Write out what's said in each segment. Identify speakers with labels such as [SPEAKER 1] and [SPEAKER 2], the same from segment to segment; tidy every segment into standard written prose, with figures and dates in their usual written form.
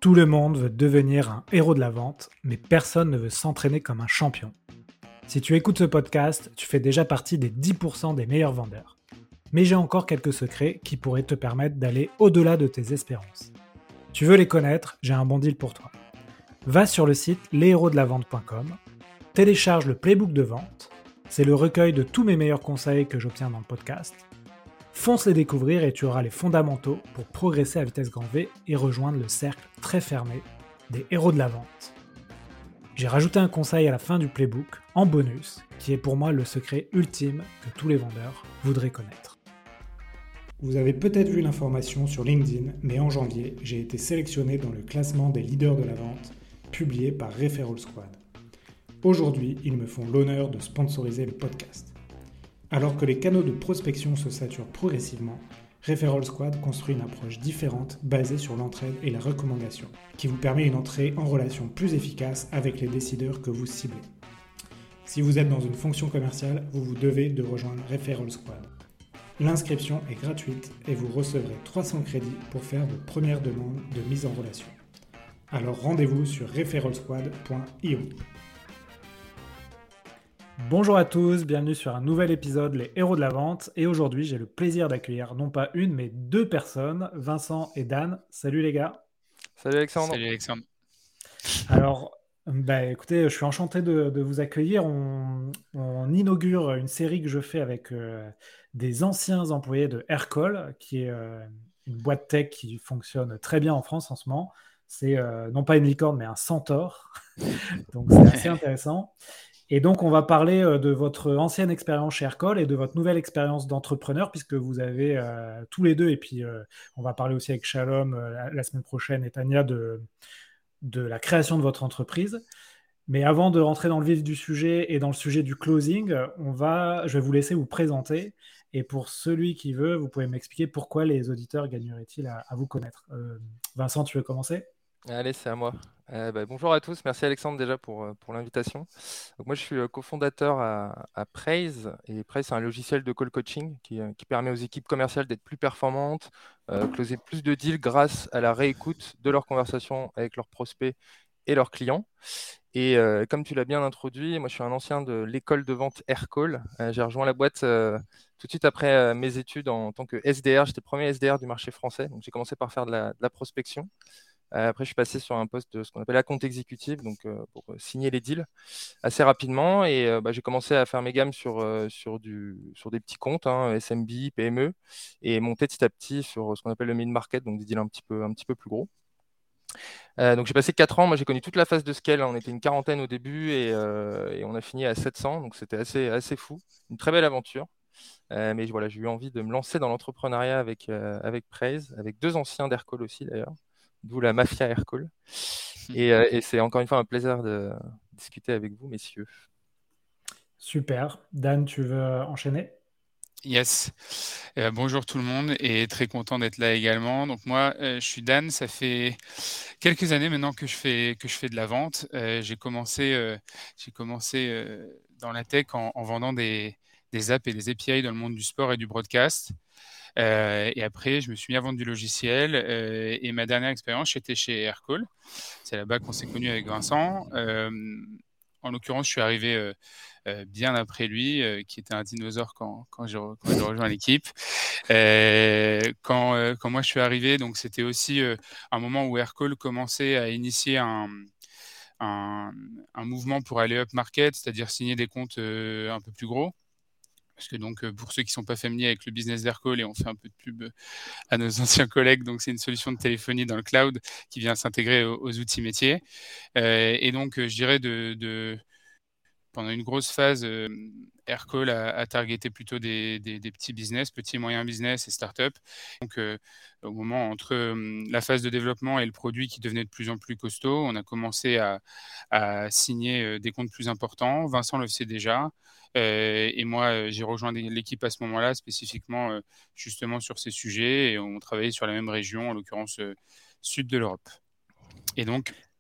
[SPEAKER 1] Tout le monde veut devenir un héros de la vente, mais personne ne veut s'entraîner comme un champion. Si tu écoutes ce podcast, tu fais déjà partie des 10% des meilleurs vendeurs. Mais j'ai encore quelques secrets qui pourraient te permettre d'aller au-delà de tes espérances. Tu veux les connaître? J'ai un bon deal pour toi. Va sur le site leshéroesdelavente.com, télécharge le playbook de vente, c'est le recueil de tous mes meilleurs conseils que j'obtiens dans le podcast. Fonce les découvrir et tu auras les fondamentaux pour progresser à vitesse grand V et rejoindre le cercle très fermé des héros de la vente. J'ai rajouté un conseil à la fin du playbook, en bonus, qui est pour moi le secret ultime que tous les vendeurs voudraient connaître. Vous avez peut-être vu l'information sur LinkedIn, mais en janvier, j'ai été sélectionné dans le classement des leaders de la vente, publié par Referral Squad. Aujourd'hui, ils me font l'honneur de sponsoriser le podcast. Alors que les canaux de prospection se saturent progressivement, Referral Squad construit une approche différente basée sur l'entraide et la recommandation, qui vous permet une entrée en relation plus efficace avec les décideurs que vous ciblez. Si vous êtes dans une fonction commerciale, vous devez de rejoindre Referral Squad. L'inscription est gratuite et vous recevrez 300 crédits pour faire vos premières demandes de mise en relation. Alors rendez-vous sur referralsquad.io. Bonjour à tous, bienvenue sur un nouvel épisode Les Héros de la Vente. Et aujourd'hui, j'ai le plaisir d'accueillir non pas une, mais deux personnes, Vincent et Dan. Salut les gars.
[SPEAKER 2] Salut Alexandre.
[SPEAKER 3] Salut Alexandre.
[SPEAKER 1] Alors, écoutez, je suis enchanté de vous accueillir. On inaugure une série que je fais avec des anciens employés de Aircall, qui est une boîte tech qui fonctionne très bien en France en ce moment. C'est non pas une licorne, mais un centaure. Donc c'est assez intéressant. Et donc, on va parler de votre ancienne expérience chez Aircall et de votre nouvelle expérience d'entrepreneur, puisque vous avez tous les deux, et puis on va parler aussi avec Shalom la semaine prochaine et Tania de la création de votre entreprise. Mais avant de rentrer dans le vif du sujet et dans le sujet du closing, je vais vous laisser vous présenter. Et pour celui qui veut, vous pouvez m'expliquer pourquoi les auditeurs gagneraient-ils à vous connaître. Vincent, tu veux commencer ?
[SPEAKER 2] Allez, c'est à moi. Bonjour à tous, merci Alexandre déjà pour l'invitation. Donc moi je suis cofondateur à Praise, et Praise c'est un logiciel de call coaching qui permet aux équipes commerciales d'être plus performantes, closer plus de deals grâce à la réécoute de leurs conversations avec leurs prospects et leurs clients. Et comme tu l'as bien introduit, moi je suis un ancien de l'école de vente Aircall. J'ai rejoint la boîte tout de suite après mes études en tant que SDR. J'étais le premier SDR du marché français, donc j'ai commencé par faire de la prospection. Après, je suis passé sur un poste de ce qu'on appelle account exécutif, donc pour signer les deals assez rapidement. Et j'ai commencé à faire mes gammes sur des petits comptes, SMB, PME, et monter petit à petit sur ce qu'on appelle le mid-market, donc des deals un petit peu plus gros. Donc j'ai passé 4 ans. Moi, j'ai connu toute la phase de scale. On était une quarantaine au début et on a fini à 700. Donc c'était assez fou. Une très belle aventure. Mais voilà, j'ai eu envie de me lancer dans l'entrepreneuriat avec Praise, avec 2 anciens d'Aircall aussi d'ailleurs, d'où la mafia Aircall. Et c'est encore une fois un plaisir de discuter avec vous, messieurs.
[SPEAKER 1] Super. Dan, tu veux enchaîner ?
[SPEAKER 3] Yes. Bonjour tout le monde et très content d'être là également. Donc moi, je suis Dan. Ça fait quelques années maintenant que je fais de la vente. J'ai commencé dans la tech en vendant des apps et des API dans le monde du sport et du broadcast. Et après, je me suis mis à vendre du logiciel. Et ma dernière expérience, j'étais chez Aircall. C'est là-bas qu'on s'est connus avec Vincent. En l'occurrence, je suis arrivé bien après lui, qui était un dinosaure quand j'ai rejoint l'équipe. Quand moi je suis arrivé, donc c'était aussi un moment où Aircall commençait à initier un mouvement pour aller up market, c'est-à-dire signer des comptes un peu plus gros. Parce que donc, pour ceux qui ne sont pas familiers avec le business d'Aircall, et on fait un peu de pub à nos anciens collègues, donc c'est une solution de téléphonie dans le cloud qui vient s'intégrer aux outils métiers. Et donc, je dirais pendant une grosse phase, Aircall a targeté plutôt des petits business, petits et moyens business et startups. Donc, au moment entre la phase de développement et le produit qui devenait de plus en plus costaud, on a commencé à signer des comptes plus importants. Vincent le sait déjà. Et moi, j'ai rejoint l'équipe à ce moment-là, spécifiquement justement sur ces sujets. Et on travaillait sur la même région, en l'occurrence sud de l'Europe. Et donc,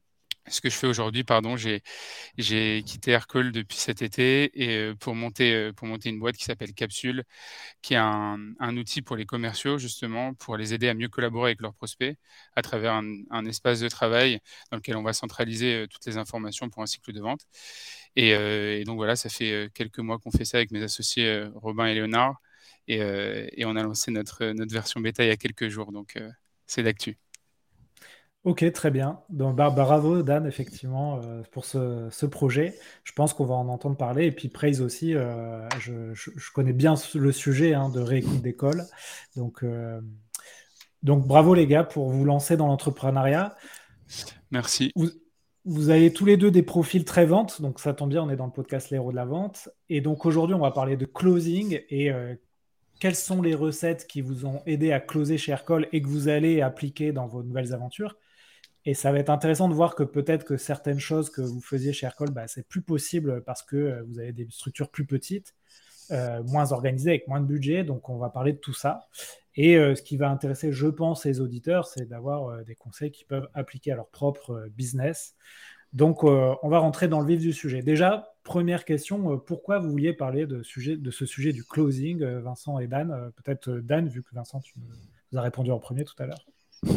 [SPEAKER 3] Ce que je fais aujourd'hui, pardon, j'ai quitté Aircall depuis cet été et pour monter une boîte qui s'appelle Capsule, qui est un outil pour les commerciaux, justement, pour les aider à mieux collaborer avec leurs prospects à travers un espace de travail dans lequel on va centraliser toutes les informations pour un cycle de vente. Et donc voilà, ça fait quelques mois qu'on fait ça avec mes associés Robin et Léonard. Et on a lancé notre version bêta il y a quelques jours. Donc c'est d'actu.
[SPEAKER 1] Ok, très bien. Donc, bravo Dan, effectivement, pour ce projet. Je pense qu'on va en entendre parler. Et puis Praise aussi, je connais bien le sujet hein, de réécoute d'école. Donc, euh, donc bravo les gars pour vous lancer dans l'entrepreneuriat.
[SPEAKER 3] Merci.
[SPEAKER 1] Vous, vous avez tous les deux des profils très vente, donc ça tombe bien, on est dans le podcast Les héros de la vente. Et donc aujourd'hui, on va parler de closing et quelles sont les recettes qui vous ont aidé à closer chez Aircall et que vous allez appliquer dans vos nouvelles aventures. Et ça va être intéressant de voir que peut-être que certaines choses que vous faisiez chez Aircall, bah, c'est plus possible parce que vous avez des structures plus petites, moins organisées, avec moins de budget. Donc, on va parler de tout ça. Et ce qui va intéresser, je pense, les auditeurs, c'est d'avoir des conseils qu'ils peuvent appliquer à leur propre business. Donc, on va rentrer dans le vif du sujet. Déjà, première question, pourquoi vous vouliez parler de ce sujet du closing, Vincent et Dan? Peut-être Dan, vu que Vincent, tu nous as répondu en premier tout à l'heure.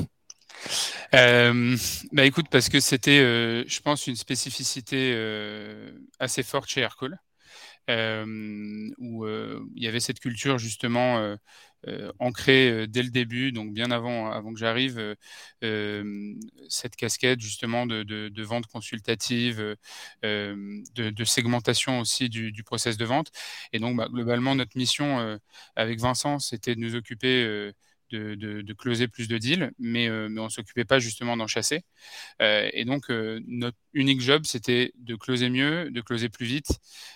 [SPEAKER 3] Bah écoute, parce que c'était, je pense, une spécificité assez forte chez Aircall, où il y avait cette culture justement ancrée dès le début, donc bien avant que j'arrive, cette casquette justement de vente consultative, de segmentation aussi du process de vente. Et donc, globalement, notre mission avec Vincent, c'était de nous occuper de closer plus de deals, mais on ne s'occupait pas justement d'en chasser. Et donc, notre unique job, c'était de closer mieux, de closer plus vite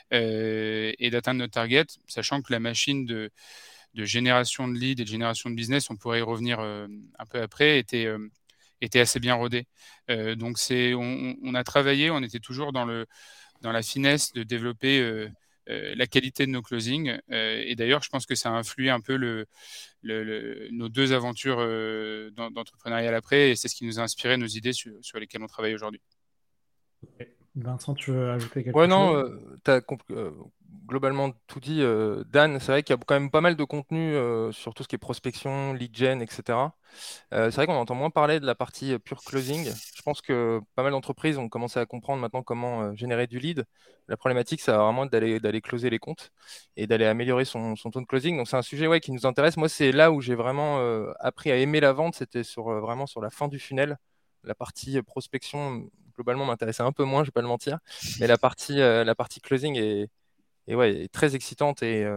[SPEAKER 3] et d'atteindre notre target, sachant que la machine de génération de leads et de génération de business, on pourrait y revenir un peu après, était assez bien rodée. Donc, on a travaillé, on était toujours dans la finesse de développer la qualité de nos closings. Et d'ailleurs, je pense que ça a influé un peu nos deux aventures d'entrepreneuriat après, et c'est ce qui nous a inspiré nos idées sur lesquelles on travaille aujourd'hui.
[SPEAKER 1] Vincent, tu veux ajouter quelque
[SPEAKER 2] Ouais, non,
[SPEAKER 1] chose?
[SPEAKER 2] tu as globalement tout dit. Dan, c'est vrai qu'il y a quand même pas mal de contenu sur tout ce qui est prospection, lead gen, etc. C'est vrai qu'on entend moins parler de la partie pure closing. Je pense que pas mal d'entreprises ont commencé à comprendre maintenant comment générer du lead. La problématique, c'est vraiment d'aller closer les comptes et d'aller améliorer son taux de closing. Donc, c'est un sujet qui nous intéresse. Moi, c'est là où j'ai vraiment appris à aimer la vente. C'était vraiment sur la fin du funnel. La partie prospection, globalement, m'intéressait un peu moins, je ne vais pas le mentir. Mais la partie closing est très excitante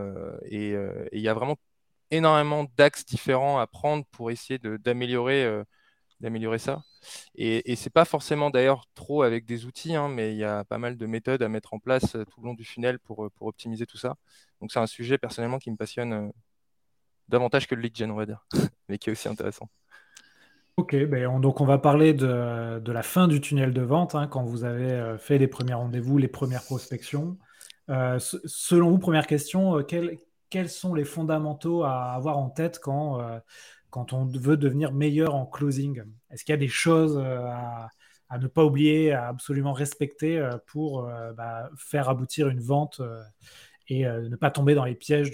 [SPEAKER 2] et il y a vraiment énormément d'axes différents à prendre pour essayer d'améliorer ça. Et c'est pas forcément d'ailleurs trop avec des outils, hein, mais il y a pas mal de méthodes à mettre en place tout le long du funnel pour optimiser tout ça. Donc c'est un sujet personnellement qui me passionne davantage que le lead gen, on va dire, mais qui est aussi intéressant.
[SPEAKER 1] Ok, donc on va parler de la fin du tunnel de vente, hein, quand vous avez fait les premiers rendez-vous, les premières prospections. Selon vous, première question, quels sont les fondamentaux à avoir en tête quand on veut devenir meilleur en closing? Est-ce qu'il y a des choses à ne pas oublier, à absolument respecter pour faire aboutir une vente et ne pas tomber dans les pièges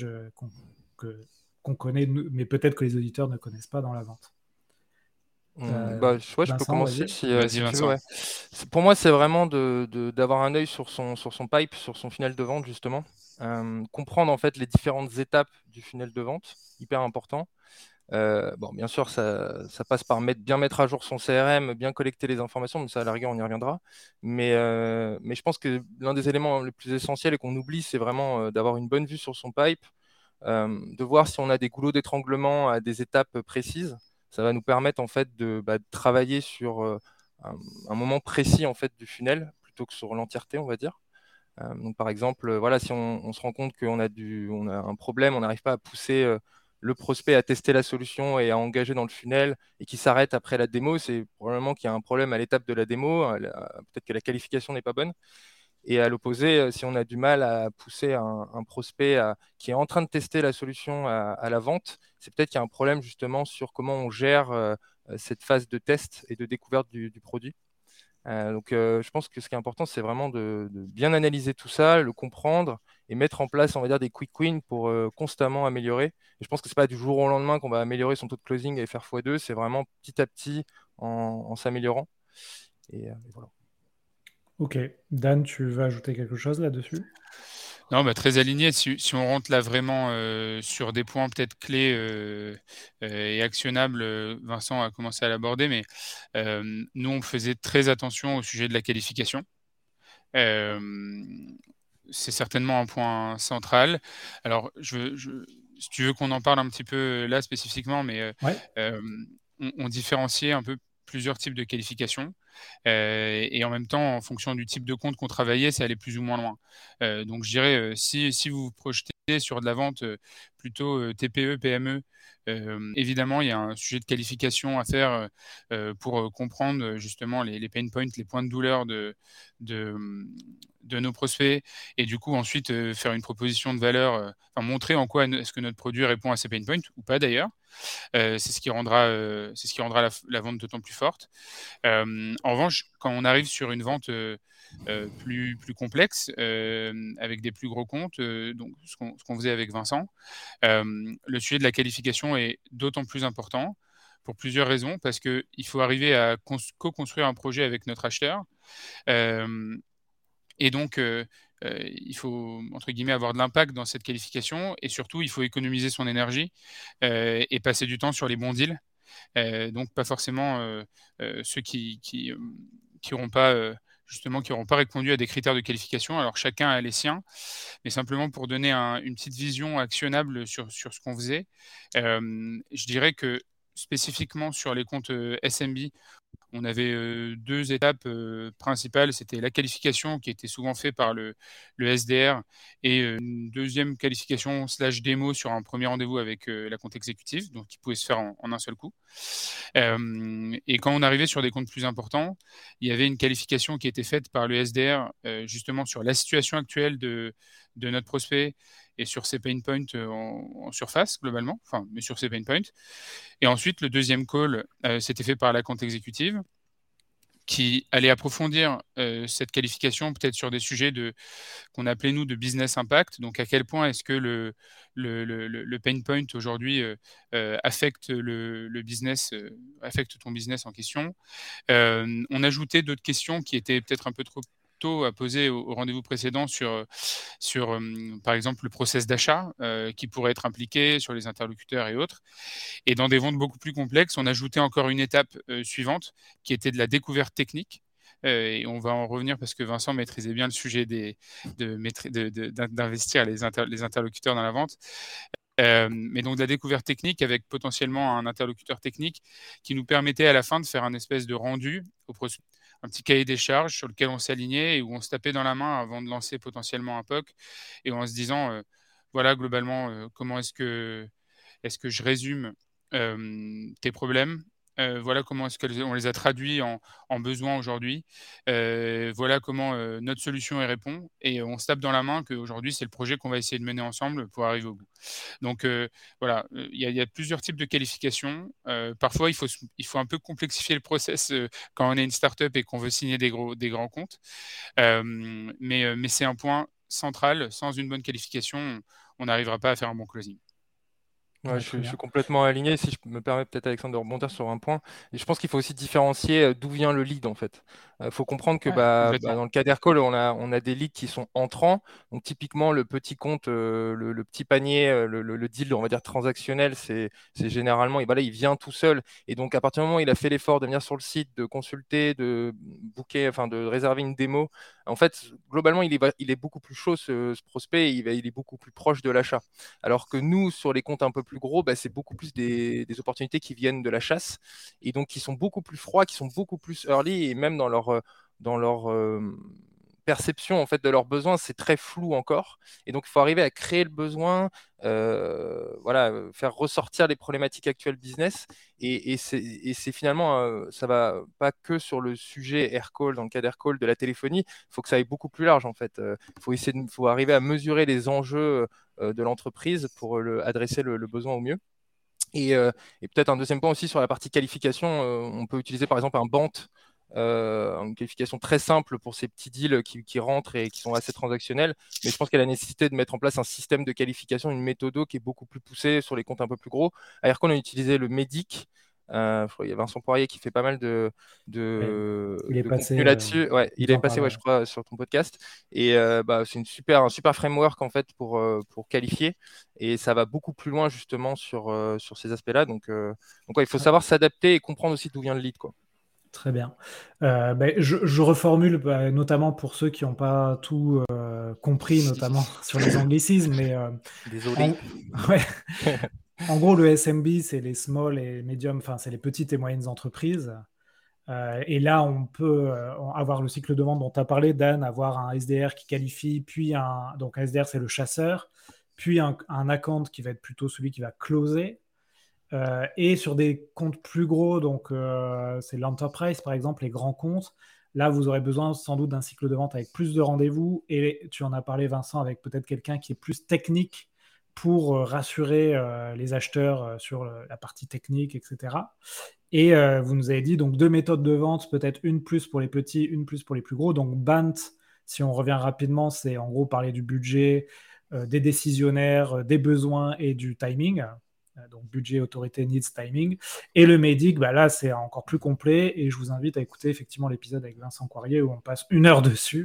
[SPEAKER 1] qu'on connaît, mais peut-être que les auditeurs ne connaissent pas dans la vente?
[SPEAKER 2] Je peux
[SPEAKER 1] Vincent,
[SPEAKER 2] commencer
[SPEAKER 1] vas-y.
[SPEAKER 3] Vas-y,
[SPEAKER 2] si tu veux.
[SPEAKER 3] Vincent.
[SPEAKER 2] Ouais. Pour moi, c'est vraiment d'avoir un œil sur son pipe, sur son funnel de vente, justement. Comprendre en fait les différentes étapes du funnel de vente, hyper important. Bien sûr, ça passe par bien mettre à jour son CRM, bien collecter les informations, mais ça, à la rigueur, on y reviendra. Mais je pense que l'un des éléments les plus essentiels et qu'on oublie, c'est vraiment d'avoir une bonne vue sur son pipe, de voir si on a des goulots d'étranglement à des étapes précises. Ça va nous permettre en fait de travailler sur un moment précis en fait du funnel plutôt que sur l'entièreté, on va dire. Donc par exemple, voilà, si on se rend compte on a un problème, on n'arrive pas à pousser le prospect à tester la solution et à engager dans le funnel et qui s'arrête après la démo, c'est probablement qu'il y a un problème à l'étape de la démo, peut-être que la qualification n'est pas bonne. Et à l'opposé, si on a du mal à pousser un prospect qui est en train de tester la solution à la vente, c'est peut-être qu'il y a un problème justement sur comment on gère cette phase de test et de découverte du produit. Donc, je pense que ce qui est important, c'est vraiment de bien analyser tout ça, le comprendre et mettre en place, on va dire, des quick wins pour constamment améliorer. Et je pense que c'est pas du jour au lendemain qu'on va améliorer son taux de closing et faire x2, c'est vraiment petit à petit en s'améliorant. Et voilà.
[SPEAKER 1] Ok. Dan, tu veux ajouter quelque chose là-dessus?
[SPEAKER 3] Non, bah, très aligné. Si on rentre là vraiment sur des points peut-être clés et actionnables, Vincent a commencé à l'aborder, mais nous, on faisait très attention au sujet de la qualification. Euh, c'est certainement un point central. Alors, si tu veux qu'on en parle un petit peu là spécifiquement, mais
[SPEAKER 1] Ouais.
[SPEAKER 3] on différenciait un peu plusieurs types de qualifications. Et en même temps, en fonction du type de compte qu'on travaillait, ça allait plus ou moins loin. Donc, je dirais, si vous vous projetez sur de la vente plutôt TPE, PME, évidemment, il y a un sujet de qualification à faire pour comprendre justement les pain points, les points de douleur de, de nos prospects et du coup ensuite faire une proposition de valeur, enfin, montrer en quoi est-ce que notre produit répond à ces pain points ou pas d'ailleurs. C'est ce qui rendra la vente d'autant plus forte. En revanche, quand on arrive sur une vente plus complexe, avec des plus gros comptes, donc ce qu'on faisait avec Vincent, le sujet de la qualification est d'autant plus important pour plusieurs raisons, parce qu'il faut arriver à co-construire un projet avec notre acheteur. Et donc, il faut, entre guillemets, avoir de l'impact dans cette qualification. Et surtout, il faut économiser son énergie et passer du temps sur les bons deals. Donc, pas forcément ceux qui auront pas justement qui n'auront pas répondu à des critères de qualification. Alors chacun a les siens, mais simplement pour donner une petite vision actionnable sur ce qu'on faisait, je dirais que spécifiquement sur les comptes SMB, on avait deux étapes principales. C'était la qualification qui était souvent faite par le SDR et une deuxième qualification slash démo sur un premier rendez-vous avec la compte exécutive, donc qui pouvait se faire en un seul coup. Et quand on arrivait sur des comptes plus importants, il y avait une qualification qui était faite par le SDR justement sur la situation actuelle de notre prospect et sur ses pain points en surface globalement, enfin, mais sur ses pain points. Et ensuite, le deuxième call, c'était fait par la compte exécutive qui allait approfondir cette qualification peut-être sur des sujets qu'on appelait nous de business impact. Donc à quel point est-ce que le pain point aujourd'hui affecte le business, affecte ton business en question. On ajoutait d'autres questions qui étaient peut-être un peu trop tôt à poser au rendez-vous précédent sur par exemple, le process d'achat qui pourrait être impliqué sur les interlocuteurs et autres. Et dans des ventes beaucoup plus complexes, on ajoutait encore une étape suivante qui était de la découverte technique. Et on va en revenir parce que Vincent maîtrisait bien le sujet d'investir les interlocuteurs dans la vente. Mais donc de la découverte technique avec potentiellement un interlocuteur technique qui nous permettait à la fin de faire un espèce de rendu un petit cahier des charges sur lequel on s'alignait et où on se tapait dans la main avant de lancer potentiellement un POC et en se disant voilà globalement comment est-ce que je résume tes problèmes. Voilà comment est-ce qu'on les a traduits en besoins aujourd'hui. Voilà comment notre solution y répond. Et on se tape dans la main qu'aujourd'hui, c'est le projet qu'on va essayer de mener ensemble pour arriver au bout. Donc voilà, il y a plusieurs types de qualifications. Parfois, il faut un peu complexifier le process quand on est une startup et qu'on veut signer des grands comptes. Mais c'est un point central. Sans une bonne qualification, on n'arrivera pas à faire un bon closing.
[SPEAKER 2] Ouais,
[SPEAKER 1] Ouais,
[SPEAKER 2] je
[SPEAKER 1] très
[SPEAKER 2] suis
[SPEAKER 1] bien.
[SPEAKER 2] complètement aligné. Si je me permets peut-être, Alexandre, de rebondir sur un point. Et je pense qu'il faut aussi différencier d'où vient le lead, en fait. Il faut comprendre que
[SPEAKER 1] Ouais.
[SPEAKER 2] bah,
[SPEAKER 3] Complètement.
[SPEAKER 2] dans le cas d'Aircall, on a des leads qui sont entrants. Donc, typiquement, le petit compte, le petit panier, le deal, on va dire, transactionnel, c'est généralement, et voilà, il vient tout seul. Et donc, à partir du moment où il a fait l'effort de venir sur le site, de consulter, de booker, enfin, de réserver une démo, en fait, globalement, il est beaucoup plus chaud, ce prospect, et il est beaucoup plus proche de l'achat. Alors que nous, sur les comptes un peu plus gros, bah, c'est beaucoup plus des opportunités qui viennent de la chasse et donc qui sont beaucoup plus froids, qui sont beaucoup plus early et même dans leur perception en fait de leurs besoins, c'est très flou encore. Et donc, il faut arriver à créer le besoin, voilà, faire ressortir les problématiques actuelles business. Et c'est finalement, ça va pas que sur le sujet Aircall, dans le cas d'Aircall, de la téléphonie, il faut que ça aille beaucoup plus large en fait. Faut arriver à mesurer les enjeux de l'entreprise pour adresser le besoin au mieux. Et peut-être un deuxième point aussi sur la partie qualification, on peut utiliser par exemple un BANT une qualification très simple pour ces petits deals qui rentrent et qui sont assez transactionnels. Mais je pense qu'il y a la nécessité de mettre en place un système de qualification, une méthode qui est beaucoup plus poussée sur les comptes un peu plus gros. À Aircall, on a utilisé le MEDIC. Je crois, il y a Vincent Poirier qui fait pas mal de
[SPEAKER 1] Il est passé,
[SPEAKER 2] contenu là-dessus. Ouais,
[SPEAKER 1] il
[SPEAKER 2] il est
[SPEAKER 1] en
[SPEAKER 2] passé,
[SPEAKER 1] parlait.
[SPEAKER 2] ouais, je crois, sur ton podcast. Et c'est un super framework en fait pour qualifier. Et ça va beaucoup plus loin justement sur ces aspects-là. Donc ouais, il faut savoir s'adapter et comprendre aussi d'où vient le lead, quoi.
[SPEAKER 1] Très bien. Je reformule, notamment pour ceux qui n'ont pas tout compris, notamment sur les anglicismes, mais
[SPEAKER 2] Désolé.
[SPEAKER 1] ouais. En gros, le SMB, c'est les small et medium, enfin, c'est les petites et moyennes entreprises. Et là, on peut avoir le cycle de vente dont tu as parlé, Dan, avoir un SDR qui qualifie, puis donc un SDR, c'est le chasseur, puis un account qui va être plutôt celui qui va closer. Et sur des comptes plus gros, donc c'est l'enterprise par exemple, les grands comptes, là vous aurez besoin sans doute d'un cycle de vente avec plus de rendez-vous. Et tu en as parlé, Vincent, avec peut-être quelqu'un qui est plus technique pour rassurer les acheteurs sur la partie technique, etc. Et vous nous avez dit donc 2 méthodes de vente, peut-être une plus pour les petits, une plus pour les plus gros. Donc BANT, si on revient rapidement, c'est en gros parler du budget, des décisionnaires, des besoins et du timing. Donc budget, autorité, needs, timing. Et le MEDIC, là c'est encore plus complet et je vous invite à écouter effectivement l'épisode avec Vincent Poirier où on passe 1 heure dessus.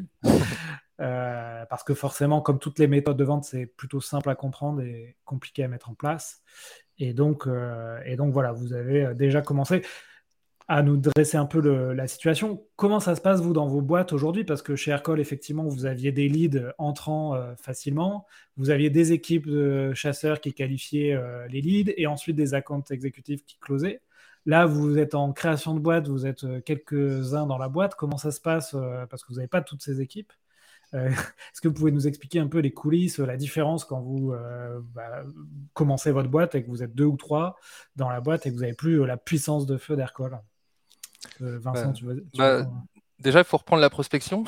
[SPEAKER 1] Parce que forcément, comme toutes les méthodes de vente, c'est plutôt simple à comprendre et compliqué à mettre en place. Et donc voilà, vous avez déjà commencé à nous dresser un peu la situation. Comment ça se passe, vous, dans vos boîtes aujourd'hui? Parce que chez Aircall, effectivement, vous aviez des leads entrant facilement. Vous aviez des équipes de chasseurs qui qualifiaient les leads et ensuite des accounts exécutifs qui closaient. Là, vous êtes en création de boîte, vous êtes quelques-uns dans la boîte. Comment ça se passe parce que vous n'avez pas toutes ces équipes. Est-ce que vous pouvez nous expliquer un peu les coulisses, la différence quand vous commencez votre boîte et que vous êtes 2 ou 3 dans la boîte et que vous n'avez plus la puissance de feu d'Aircall? Vincent, tu veux
[SPEAKER 2] Déjà, il faut reprendre la prospection.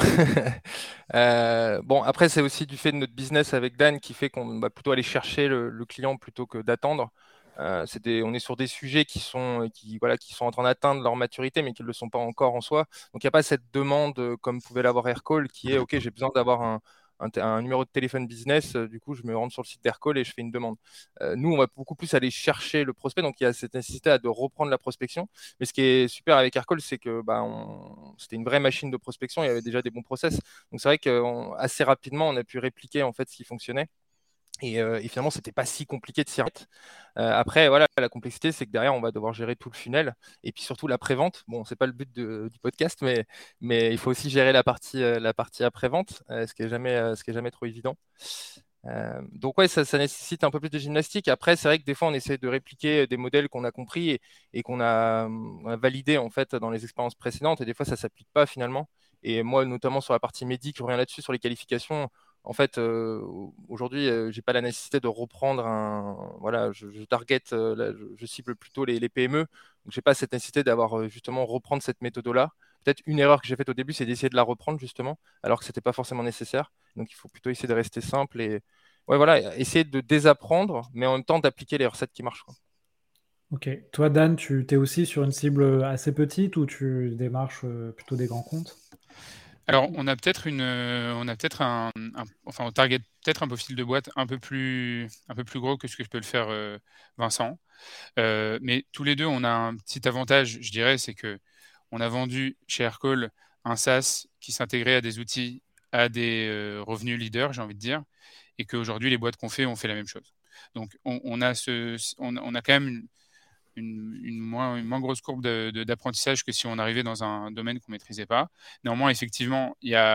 [SPEAKER 2] Bon, après, c'est aussi du fait de notre business avec Dan qui fait qu'on va plutôt aller chercher le client plutôt que d'attendre. On est sur des sujets qui sont en train d'atteindre leur maturité, mais qui ne le sont pas encore en soi. Donc, il n'y a pas cette demande comme pouvait l'avoir Aircall qui est OK, j'ai besoin d'avoir un numéro de téléphone business. Du coup, je me rends sur le site d'Aircall et je fais une demande. Nous, on va beaucoup plus aller chercher le prospect. Donc, il y a cette nécessité de reprendre la prospection. Mais ce qui est super avec Aircall, c'est que c'était une vraie machine de prospection. Il y avait déjà des bons process. Donc, c'est vrai qu'assez rapidement, on a pu répliquer en fait ce qui fonctionnait. Et finalement, c'était pas si compliqué de s'y remettre. Après, voilà, la complexité, c'est que derrière, on va devoir gérer tout le funnel et puis surtout la prévente. Bon, c'est pas le but du podcast, mais il faut aussi gérer la partie après-vente, ce qui est jamais trop évident. Donc ouais, ça nécessite un peu plus de gymnastique. Après, c'est vrai que des fois, on essaie de répliquer des modèles qu'on a compris et qu'on a validés en fait dans les expériences précédentes. Et des fois, ça s'applique pas finalement. Et moi, notamment sur la partie médic, je reviens là-dessus sur les qualifications. En fait, aujourd'hui, j'ai pas la nécessité de reprendre voilà, je target, là, je cible plutôt les PME. Donc, j'ai pas cette nécessité d'avoir justement reprendre cette méthode-là. Peut-être une erreur que j'ai faite au début, c'est d'essayer de la reprendre justement, alors que c'était pas forcément nécessaire. Donc, il faut plutôt essayer de rester simple et ouais, voilà, essayer de désapprendre, mais en même temps d'appliquer les recettes qui marchent, quoi.
[SPEAKER 1] Ok. Toi, Dan, tu es aussi sur une cible assez petite ou tu démarches plutôt des grands comptes?
[SPEAKER 3] Alors, on a peut-être enfin, on target peut-être un profil de boîte un peu plus gros que ce que je peux le faire Vincent. Mais tous les deux, on a un petit avantage, je dirais, c'est que on a vendu chez Aircall un SaaS qui s'intégrait à des outils, à des revenus leaders, j'ai envie de dire, et qu'aujourd'hui, les boîtes qu'on fait, on fait la même chose. Donc, on a quand même une moins grosse courbe d'apprentissage que si on arrivait dans un domaine qu'on maîtrisait pas. Néanmoins, effectivement,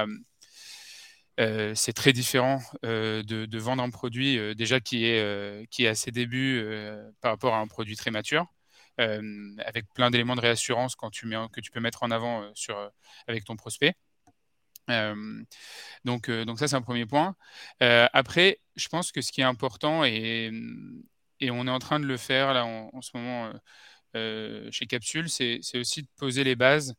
[SPEAKER 3] c'est très différent de vendre un produit déjà qui est à ses débuts par rapport à un produit très mature, avec plein d'éléments de réassurance que tu peux mettre en avant avec ton prospect. Donc ça, c'est un premier point. Après, je pense que ce qui est important, et on est en train de le faire là en ce moment chez Capsule, c'est aussi de poser les bases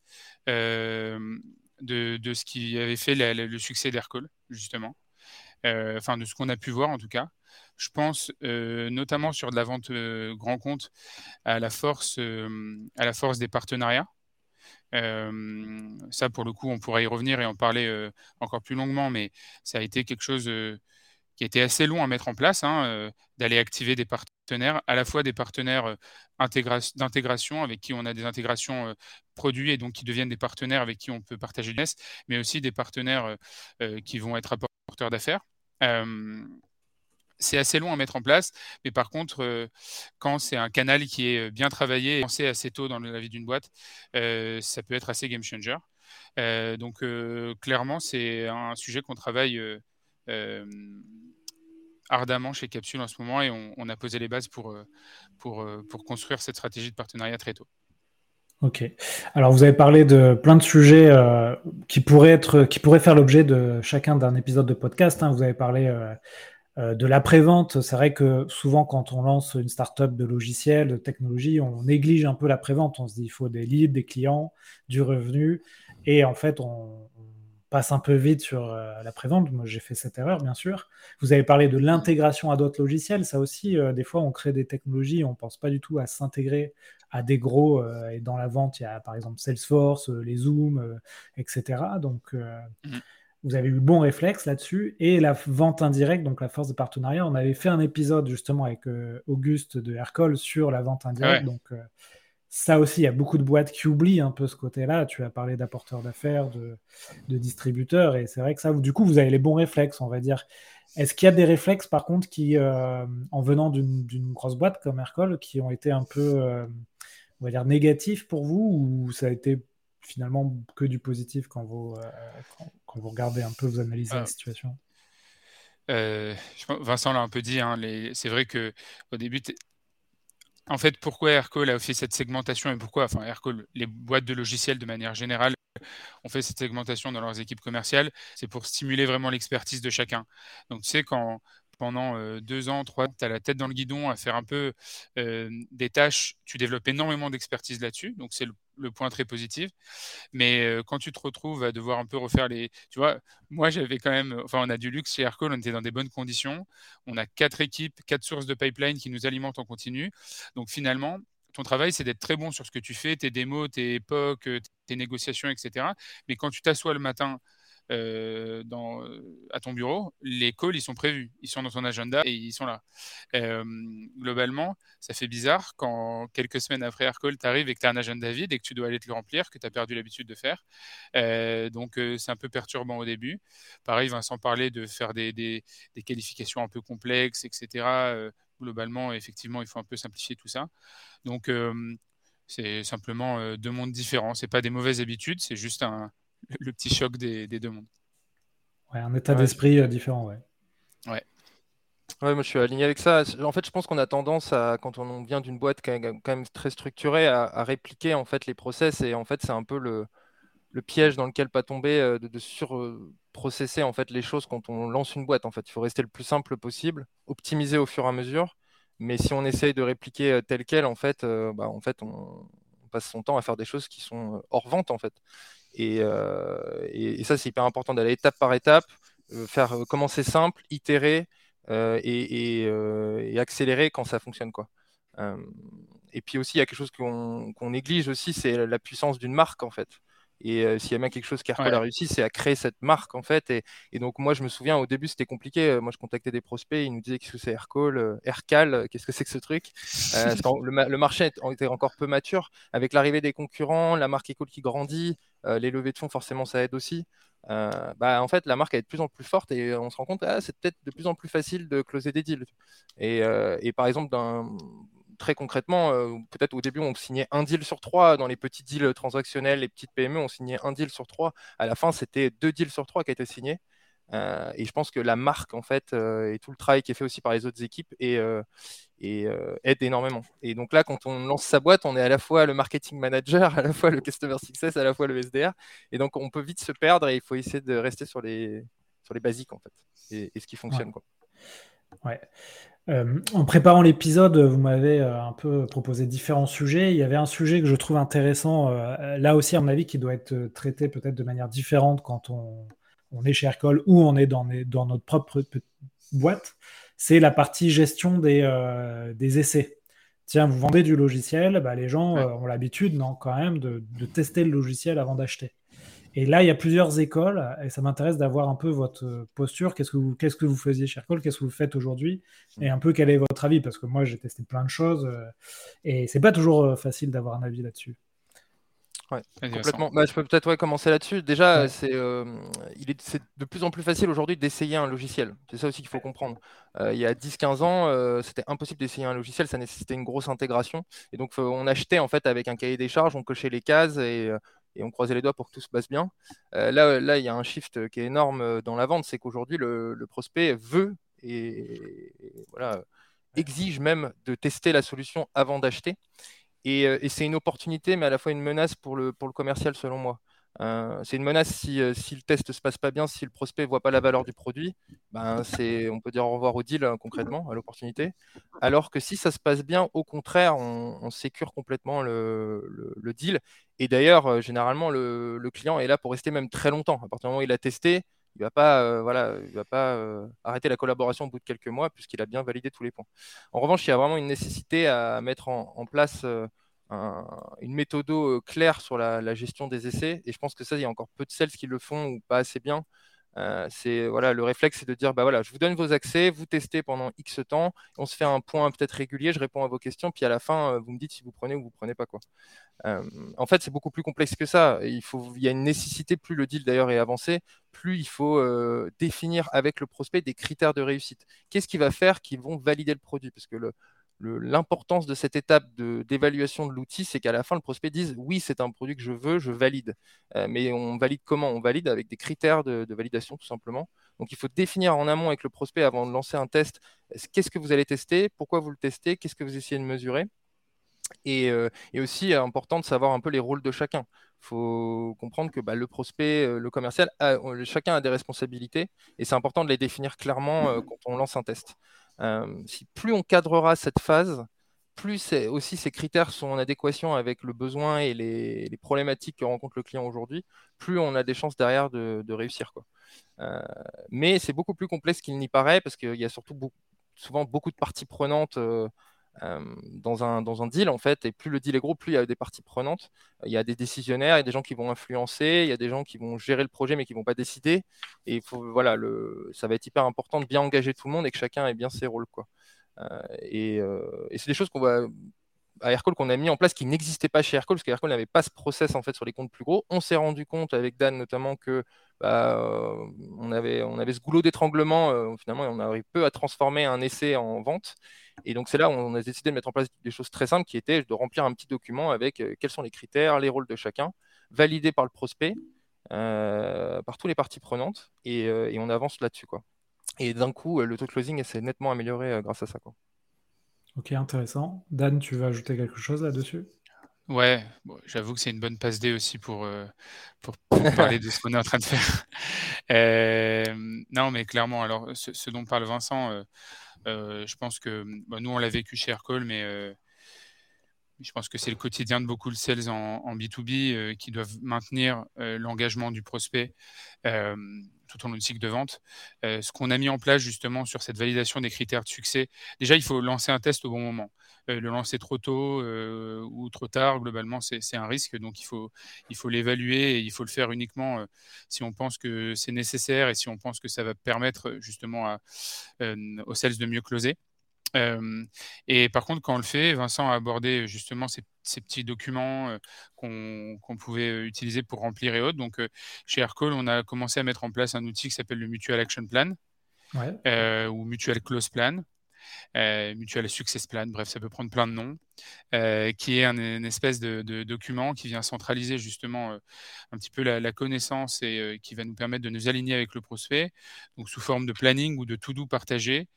[SPEAKER 3] de ce qui avait fait le succès d'Aircall, justement. Enfin, de ce qu'on a pu voir en tout cas. Je pense notamment sur de la vente grand compte à la force des partenariats. Ça, pour le coup, on pourrait y revenir et en parler encore plus longuement, mais ça a été quelque chose qui a été assez long à mettre en place, d'aller activer des partenaires, à la fois des partenaires d'intégration avec qui on a des intégrations produits et donc qui deviennent des partenaires avec qui on peut partager le business, mais aussi des partenaires qui vont être apporteurs d'affaires. C'est assez long à mettre en place, mais par contre, quand c'est un canal qui est bien travaillé et pensé assez tôt dans la vie d'une boîte, ça peut être assez game changer. Donc, clairement, c'est un sujet qu'on travaille ardemment chez Capsule en ce moment et on a posé les bases pour construire cette stratégie de partenariat très tôt.
[SPEAKER 1] Ok. Alors, vous avez parlé de plein de sujets qui pourraient faire l'objet de chacun d'un épisode de podcast. Vous avez parlé de l'après-vente. C'est vrai que souvent, quand on lance une startup de logiciels, de technologie, on néglige un peu l'après-vente. On se dit il faut des leads, des clients, du revenu. Et en fait, on passe un peu vite sur l'après-vente. Moi, j'ai fait cette erreur, bien sûr. Vous avez parlé de l'intégration à d'autres logiciels. Ça aussi, des fois, on crée des technologies, on ne pense pas du tout à s'intégrer à des gros. Et dans la vente, il y a par exemple Salesforce, les Zoom, etc. Donc, vous avez eu le bon réflexe là-dessus. Et la vente indirecte, donc la force de partenariat, on avait fait un épisode justement avec Auguste de Aircall sur la vente indirecte.
[SPEAKER 3] Ouais.
[SPEAKER 1] Donc, ça aussi, il y a beaucoup de boîtes qui oublient un peu ce côté-là. Tu as parlé d'apporteurs d'affaires, de distributeurs. Et c'est vrai que ça, du coup, vous avez les bons réflexes, on va dire. Est-ce qu'il y a des réflexes, par contre, qui, en venant d'une grosse boîte comme Aircall, qui ont été un peu, on va dire, négatifs pour vous, ou ça a été finalement que du positif quand vous regardez un peu, vous analysez la situation?
[SPEAKER 3] Je pense, Vincent l'a un peu dit, c'est vrai que au début, en fait, pourquoi Aircall a fait cette segmentation et pourquoi, enfin, Aircall, les boîtes de logiciels de manière générale, ont fait cette segmentation dans leurs équipes commerciales, c'est pour stimuler vraiment l'expertise de chacun. Donc, tu sais, quand pendant 2 ans, 3 ans, tu as la tête dans le guidon à faire un peu des tâches, tu développes énormément d'expertise là-dessus. Donc, c'est le point très positif. Mais quand tu te retrouves à devoir un peu refaire les. Tu vois, moi, j'avais quand même. Enfin, on a du luxe chez Aircall, on était dans des bonnes conditions. On a 4 équipes, 4 sources de pipeline qui nous alimentent en continu. Donc, finalement, ton travail, c'est d'être très bon sur ce que tu fais, tes démos, tes POC, tes négociations, etc. Mais quand tu t'assois le matin à ton bureau, les calls, ils sont prévus. Ils sont dans ton agenda et ils sont là. Globalement, ça fait bizarre quand quelques semaines après Aircall, tu arrives et que tu as un agenda vide et que tu dois aller te le remplir, que tu as perdu l'habitude de faire. Donc, c'est un peu perturbant au début. Pareil, Vincent parlait de faire des qualifications un peu complexes, etc. Globalement, effectivement, il faut un peu simplifier tout ça. Donc, c'est simplement 2 mondes différents. C'est pas des mauvaises habitudes, c'est juste le petit choc des 2 mondes.
[SPEAKER 1] Ouais, un état
[SPEAKER 2] Ouais,
[SPEAKER 1] d'esprit différent, ouais.
[SPEAKER 3] Ouais.
[SPEAKER 2] Ouais, moi je suis aligné avec ça. En fait, je pense qu'on a tendance à, quand on vient d'une boîte quand même très structurée, à répliquer en fait les process et en fait c'est un peu le piège dans lequel pas tomber de surprocesser en fait les choses quand on lance une boîte. En fait, il faut rester le plus simple possible, optimiser au fur et à mesure. Mais si on essaye de répliquer tel quel, en fait, on passe son temps à faire des choses qui sont hors vente en fait. Et ça, c'est hyper important d'aller étape par étape, faire commencer simple, itérer et accélérer quand ça fonctionne, quoi. Euh, et puis aussi, il y a quelque chose qu'on néglige aussi, c'est la puissance d'une marque en fait. Et s'il y a bien quelque chose qu'Aircall a
[SPEAKER 3] Ouais.
[SPEAKER 2] réussi, c'est à créer cette marque en fait. Et donc moi, je me souviens au début, c'était compliqué. Moi, je contactais des prospects, ils nous disaient qu'est-ce que c'est Aircall, Aircal, qu'est-ce que c'est que ce truc? Parce que le marché était encore peu mature. Avec l'arrivée des concurrents, la marque Aircall qui grandit, les levées de fonds, forcément, ça aide aussi. En fait, la marque elle est de plus en plus forte et on se rend compte que c'est peut-être de plus en plus facile de closer des deals. Et par exemple, très concrètement, peut-être au début, on signait un deal sur 3. Dans les petits deals transactionnels, les petites PME, on signait un deal sur 3. À la fin, c'était 2 deals sur 3 qui étaient signés. Et je pense que la marque, en fait, et tout le travail qui est fait aussi par les autres équipes aide énormément. Et donc là, quand on lance sa boîte, on est à la fois le marketing manager, à la fois le customer success, à la fois le SDR. Et donc, on peut vite se perdre et il faut essayer de rester sur les basiques, en fait, et ce qui fonctionne,
[SPEAKER 1] Ouais.
[SPEAKER 2] quoi.
[SPEAKER 1] Ouais. En préparant l'épisode, vous m'avez un peu proposé différents sujets. Il y avait un sujet que je trouve intéressant, là aussi, à mon avis, qui doit être traité peut-être de manière différente quand on est chez Aircall ou on est dans notre propre boîte. C'est la partie gestion des essais. tiens, vous vendez du logiciel, bah, les gens
[SPEAKER 3] Ouais.
[SPEAKER 1] ont l'habitude, non, quand même, de tester le logiciel avant d'acheter. Et là, il y a plusieurs écoles, et ça m'intéresse d'avoir un peu votre posture. Qu'est-ce que vous faisiez chez Aircall? Qu'est-ce que vous faites aujourd'hui? Et un peu quel est votre avis? Parce que moi, j'ai testé plein de choses, et c'est pas toujours facile d'avoir un avis là-dessus.
[SPEAKER 2] Ouais,
[SPEAKER 3] Vas-y, Vincent.
[SPEAKER 2] complètement. Bah, je peux peut-être commencer là-dessus. Déjà,
[SPEAKER 1] Ouais.
[SPEAKER 2] c'est de plus en plus facile aujourd'hui d'essayer un logiciel. C'est ça aussi qu'il faut comprendre. Il y a 10-15 ans, c'était impossible d'essayer un logiciel, ça nécessitait une grosse intégration. Et donc, on achetait en fait avec un cahier des charges, on cochait les cases et on croisait les doigts pour que tout se passe bien. Là, il y a un shift qui est énorme dans la vente, c'est qu'aujourd'hui, le prospect veut et voilà, exige même de tester la solution avant d'acheter. Et c'est une opportunité, mais à la fois une menace pour le commercial, selon moi. C'est une menace si le test ne se passe pas bien, si le prospect ne voit pas la valeur du produit, ben on peut dire au revoir au deal concrètement, à l'opportunité. Alors que si ça se passe bien, au contraire, on sécure complètement le deal. Et d'ailleurs, généralement, le client est là pour rester même très longtemps. À partir du moment où il a testé, il ne va pas, voilà, il va pas arrêter la collaboration au bout de quelques mois puisqu'il a bien validé tous les points. En revanche, il y a vraiment une nécessité à mettre en place une méthode claire sur la gestion des essais. Et je pense que ça, il y a encore peu de sales qui le font ou pas assez bien. Voilà, le réflexe, c'est de dire, bah voilà, je vous donne vos accès, vous testez pendant X temps, on se fait un point peut-être régulier, je réponds à vos questions, puis à la fin, vous me dites si vous prenez ou vous prenez pas quoi. Euh, En fait, c'est beaucoup plus complexe que ça. Il y a une nécessité, plus le deal d'ailleurs est avancé, plus il faut définir avec le prospect des critères de réussite. Qu'est-ce qui va faire qu'ils vont valider le produit? Parce que l'importance de cette étape d'évaluation de l'outil, c'est qu'à la fin, le prospect dise oui, c'est un produit que je veux, je valide. Mais on valide comment? On valide avec des critères de validation, tout simplement. Donc, il faut définir en amont avec le prospect avant de lancer un test. Qu'est-ce que vous allez tester? Pourquoi vous le testez? Qu'est-ce que vous essayez de mesurer? Et aussi, important de savoir un peu les rôles de chacun. Il faut comprendre que bah, le prospect, le commercial, chacun a des responsabilités et c'est important de les définir clairement quand on lance un test. Plus on cadrera cette phase, plus aussi ces critères sont en adéquation avec le besoin et les problématiques que rencontre le client aujourd'hui, plus on a des chances derrière de réussir, quoi. Mais c'est beaucoup plus complexe qu'il n'y paraît parce qu'il y a surtout souvent beaucoup de parties prenantes dans un deal, en fait. Et plus le deal est gros, plus il y a des parties prenantes. Il y a des décisionnaires, il y a des gens qui vont influencer, il y a des gens qui vont gérer le projet mais qui ne vont pas décider. Et voilà, ça va être hyper important de bien engager tout le monde et que chacun ait bien ses rôles, quoi. Et c'est des choses qu'on va à Aircall qu'on a mis en place qui n'existait pas chez Aircall parce qu'Aircall n'avait pas ce process en fait sur les comptes plus gros. On s'est rendu compte avec Dan notamment que bah, on avait ce goulot d'étranglement. Finalement, on arrive peu à transformer un essai en vente. Et donc c'est là où on a décidé de mettre en place des choses très simples qui étaient de remplir un petit document avec quels sont les critères, les rôles de chacun, validés par le prospect, par toutes les parties prenantes, et on avance là-dessus, quoi. Et d'un coup, le taux de closing s'est nettement amélioré grâce à ça, quoi.
[SPEAKER 1] Ok, intéressant. Dan, tu veux ajouter quelque chose là-dessus?
[SPEAKER 3] Ouais, bon, j'avoue que c'est une bonne passe D aussi pour parler de ce qu'on est en train de faire. Non, mais clairement, alors ce dont parle Vincent, je pense que bah, nous, on l'a vécu chez Aircall, mais je pense que c'est le quotidien de beaucoup de sales en B2B qui doivent maintenir l'engagement du prospect euh, tout au long du cycle de vente. Ce qu'on a mis en place justement sur cette validation des critères de succès, déjà, il faut lancer un test au bon moment. Le lancer trop tôt ou trop tard, globalement, c'est un risque. Donc, il faut l'évaluer et il faut le faire uniquement si on pense que c'est nécessaire et si on pense que ça va permettre justement aux sales de mieux closer. Et par contre, quand on le fait, Vincent a abordé justement ces petits documents qu'on pouvait utiliser pour remplir et autres. Donc, chez Aircall, on a commencé à mettre en place un outil qui s'appelle le Mutual Action Plan
[SPEAKER 1] Ouais.
[SPEAKER 3] ou Mutual Close Plan. Mutual Success Plan, bref, ça peut prendre plein de noms, qui est une espèce de document qui vient centraliser justement un petit peu la connaissance et qui va nous permettre de nous aligner avec le prospect, donc sous forme de planning ou de to-do partagé,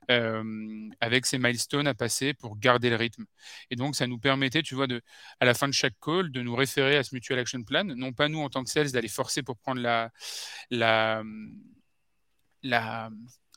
[SPEAKER 3] avec ces milestones à passer pour garder le rythme. Et donc, ça nous permettait, tu vois, à la fin de chaque call, de nous référer à ce Mutual Action Plan, non pas nous en tant que sales d'aller forcer pour prendre la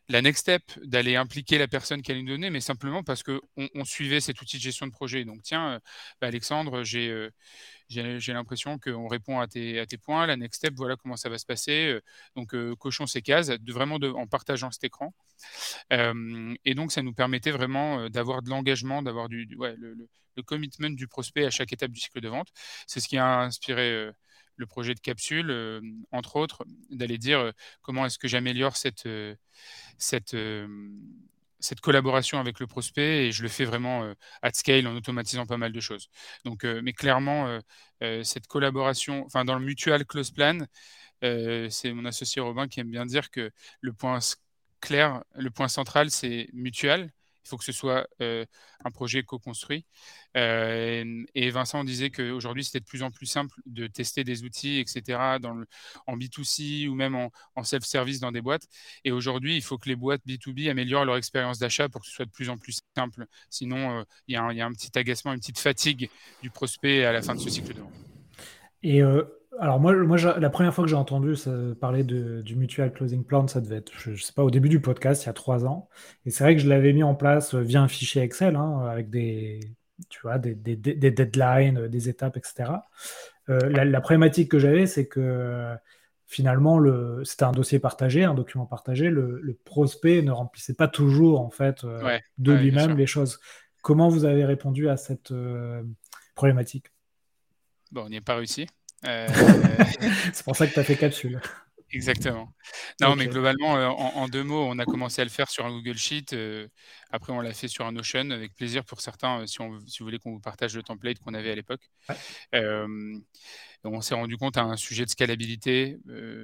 [SPEAKER 3] la next step d'aller impliquer la personne qui allait nous donner, mais simplement parce qu'on suivait cet outil de gestion de projet. Donc, tiens, Alexandre, j'ai l'impression qu'on répond à tes points. La next step, voilà comment ça va se passer. Donc, cochons ces cases, en partageant cet écran. Et donc, ça nous permettait vraiment d'avoir de l'engagement, d'avoir le commitment du prospect à chaque étape du cycle de vente. C'est ce qui a inspiré le projet de Capsule, entre autres, d'aller dire comment est-ce que j'améliore cette, cette collaboration avec le prospect, et je le fais vraiment at scale en automatisant pas mal de choses. Donc, mais clairement, cette collaboration, enfin dans le Mutual Close Plan, c'est mon associé Robin qui aime bien dire que le point clair, le point central, c'est mutual. Il faut que ce soit un projet co-construit. Et Vincent disait qu'aujourd'hui, c'était de plus en plus simple de tester des outils, etc., en B2C ou même en self-service dans des boîtes. Et aujourd'hui, il faut que les boîtes B2B améliorent leur expérience d'achat pour que ce soit de plus en plus simple. Sinon, il y a un petit agacement, une petite fatigue du prospect à la fin de ce cycle de vente.
[SPEAKER 1] Et alors moi, la première fois que j'ai entendu parler du Mutual Closing Plan, ça devait être, je sais pas, au début du podcast, il y a 3 ans. Et c'est vrai que je l'avais mis en place via un fichier Excel, hein, avec tu vois, des deadlines, des étapes, etc. La problématique que j'avais, c'est que finalement, c'était un dossier partagé, un document partagé. Le prospect ne remplissait pas toujours, en fait, de
[SPEAKER 3] bien
[SPEAKER 1] lui-même
[SPEAKER 3] sûr.
[SPEAKER 1] les choses. Comment vous avez répondu à cette problématique?
[SPEAKER 3] Bon, on n'y est pas réussi.
[SPEAKER 1] C'est pour ça que tu as fait Capsule.
[SPEAKER 3] Exactement. Non, mais
[SPEAKER 1] Ok.
[SPEAKER 3] globalement, en 2 mots, on a commencé à le faire sur un Google Sheet. Après, on l'a fait sur un Notion avec plaisir pour certains, si vous voulez qu'on vous partage le template qu'on avait à l'époque.
[SPEAKER 1] Ouais.
[SPEAKER 3] On s'est rendu compte à un sujet de scalabilité.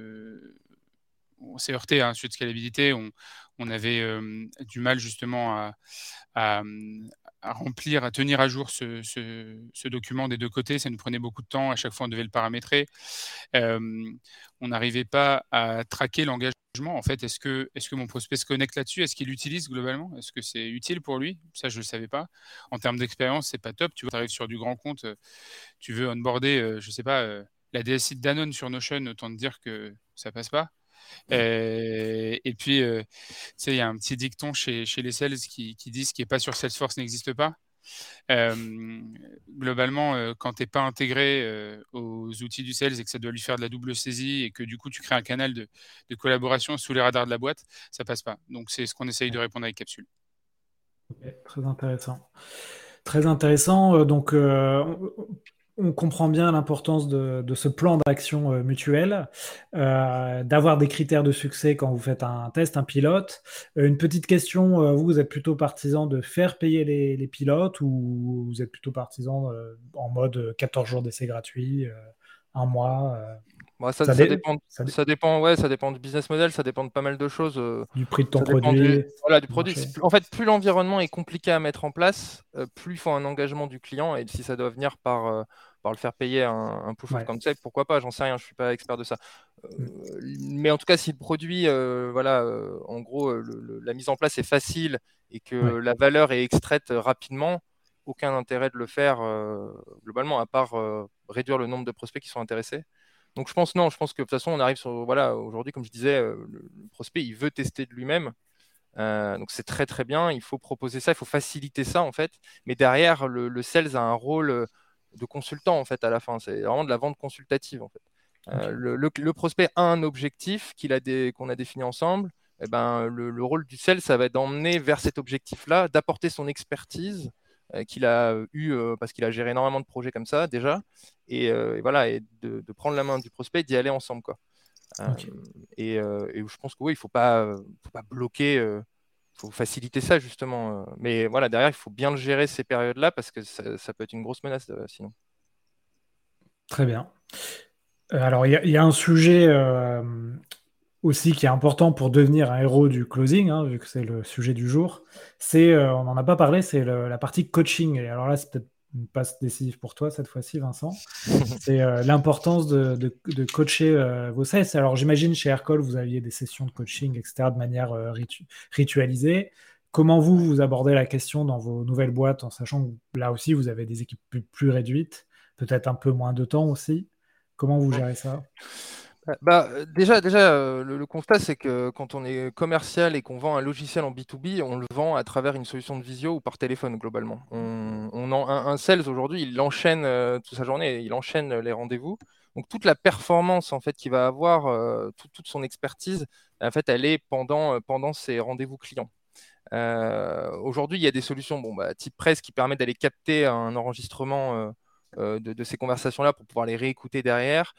[SPEAKER 3] On s'est heurté à un sujet de scalabilité. On avait du mal justement à, à remplir, à tenir à jour ce document des deux côtés. Ça nous prenait beaucoup de temps. À chaque fois, on devait le paramétrer. On n'arrivait pas à traquer l'engagement. En fait, est-ce que mon prospect se connecte là-dessus? Est-ce qu'il l'utilise globalement? Est-ce que c'est utile pour lui? Ça, je ne le savais pas. En termes d'expérience, c'est pas top. Tu vois, tu arrives sur du grand compte, tu veux onboarder, je sais pas, la DSI de Danone sur Notion, autant te dire que ça passe pas. Et puis, tu sais, il y a un petit dicton chez les sales qui dit ce qui n'est pas sur Salesforce n'existe pas. Globalement, quand tu n'es pas intégré aux outils du sales et que ça doit lui faire de la double saisie et que du coup tu crées un canal de collaboration sous les radars de la boîte, ça passe pas. Donc c'est ce qu'on essaye de répondre avec Capsule.
[SPEAKER 1] Ok, très intéressant. Très intéressant. Donc, on comprend bien l'importance de ce plan d'action mutuel, d'avoir des critères de succès quand vous faites un test, un pilote. Une petite question, vous êtes plutôt partisan de faire payer les pilotes ou vous êtes plutôt partisan en mode 14 jours d'essai gratuit, un mois
[SPEAKER 2] Bon,
[SPEAKER 1] ça
[SPEAKER 2] ça
[SPEAKER 1] dé-
[SPEAKER 2] dépend,
[SPEAKER 1] ça dé-
[SPEAKER 2] ça dépend, ouais, ça dépend du business model, ça dépend de pas mal de choses.
[SPEAKER 1] du prix de ton
[SPEAKER 2] Ça dépend
[SPEAKER 1] produit,
[SPEAKER 2] voilà, du
[SPEAKER 1] du
[SPEAKER 2] produit.
[SPEAKER 1] marché.
[SPEAKER 2] En fait, plus l'environnement est compliqué à mettre en place, plus il faut un engagement du client. Et si ça doit venir par le faire payer un proof of
[SPEAKER 1] Ouais.
[SPEAKER 2] concept, pourquoi pas? J'en sais rien, je suis pas expert de ça.
[SPEAKER 1] Mm.
[SPEAKER 2] Mais en tout cas, si le produit, voilà, en gros, la mise en place est facile et que
[SPEAKER 1] Ouais.
[SPEAKER 2] la valeur est extraite rapidement, aucun intérêt de le faire globalement, à part réduire le nombre de prospects qui sont intéressés. Donc je pense non, je pense que de toute façon on arrive sur voilà aujourd'hui comme je disais le prospect il veut tester de lui-même. Donc c'est très très bien, il faut proposer ça, il faut faciliter ça en fait, mais derrière le sales a un rôle de consultant en fait à la fin, c'est vraiment de la vente consultative en fait.
[SPEAKER 1] Ok.
[SPEAKER 2] Le prospect a un objectif qu'on a défini ensemble, et ben, le rôle du sales ça va être d'emmener vers cet objectif-là, d'apporter son expertise qu'il a eu parce qu'il a géré énormément de projets comme ça déjà, et voilà, et de prendre la main du prospect, d'y aller ensemble quoi.
[SPEAKER 1] Ok.
[SPEAKER 2] Et je pense que oui, il faut pas bloquer, faut faciliter ça justement. Mais voilà, derrière, il faut bien le gérer ces périodes-là parce que ça peut être une grosse menace sinon.
[SPEAKER 1] Très bien. Alors, il y a un sujet aussi qui est important pour devenir un héros du closing, hein, vu que c'est le sujet du jour. On n'en a pas parlé, c'est la partie coaching. Et alors là, c'est peut-être une passe décisive pour toi cette fois-ci, Vincent. C'est l'importance de coacher vos sales. Alors, j'imagine chez Aircall, vous aviez des sessions de coaching, etc., de manière ritualisée. Comment vous abordez la question dans vos nouvelles boîtes, en sachant que là aussi, vous avez des équipes plus réduites, peut-être un peu moins de temps aussi. Comment vous gérez ça?
[SPEAKER 2] Déjà, le constat, c'est que quand on est commercial et qu'on vend un logiciel en B2B, on le vend à travers une solution de visio ou par téléphone, globalement. Un sales, aujourd'hui, il enchaîne toute sa journée, il enchaîne les rendez-vous. Donc, toute la performance, en fait, qu'il va avoir, toute son expertise, en fait, elle est pendant ses rendez-vous clients. Aujourd'hui, il y a des solutions type Presse qui permettent d'aller capter un enregistrement de ces conversations-là pour pouvoir les réécouter derrière.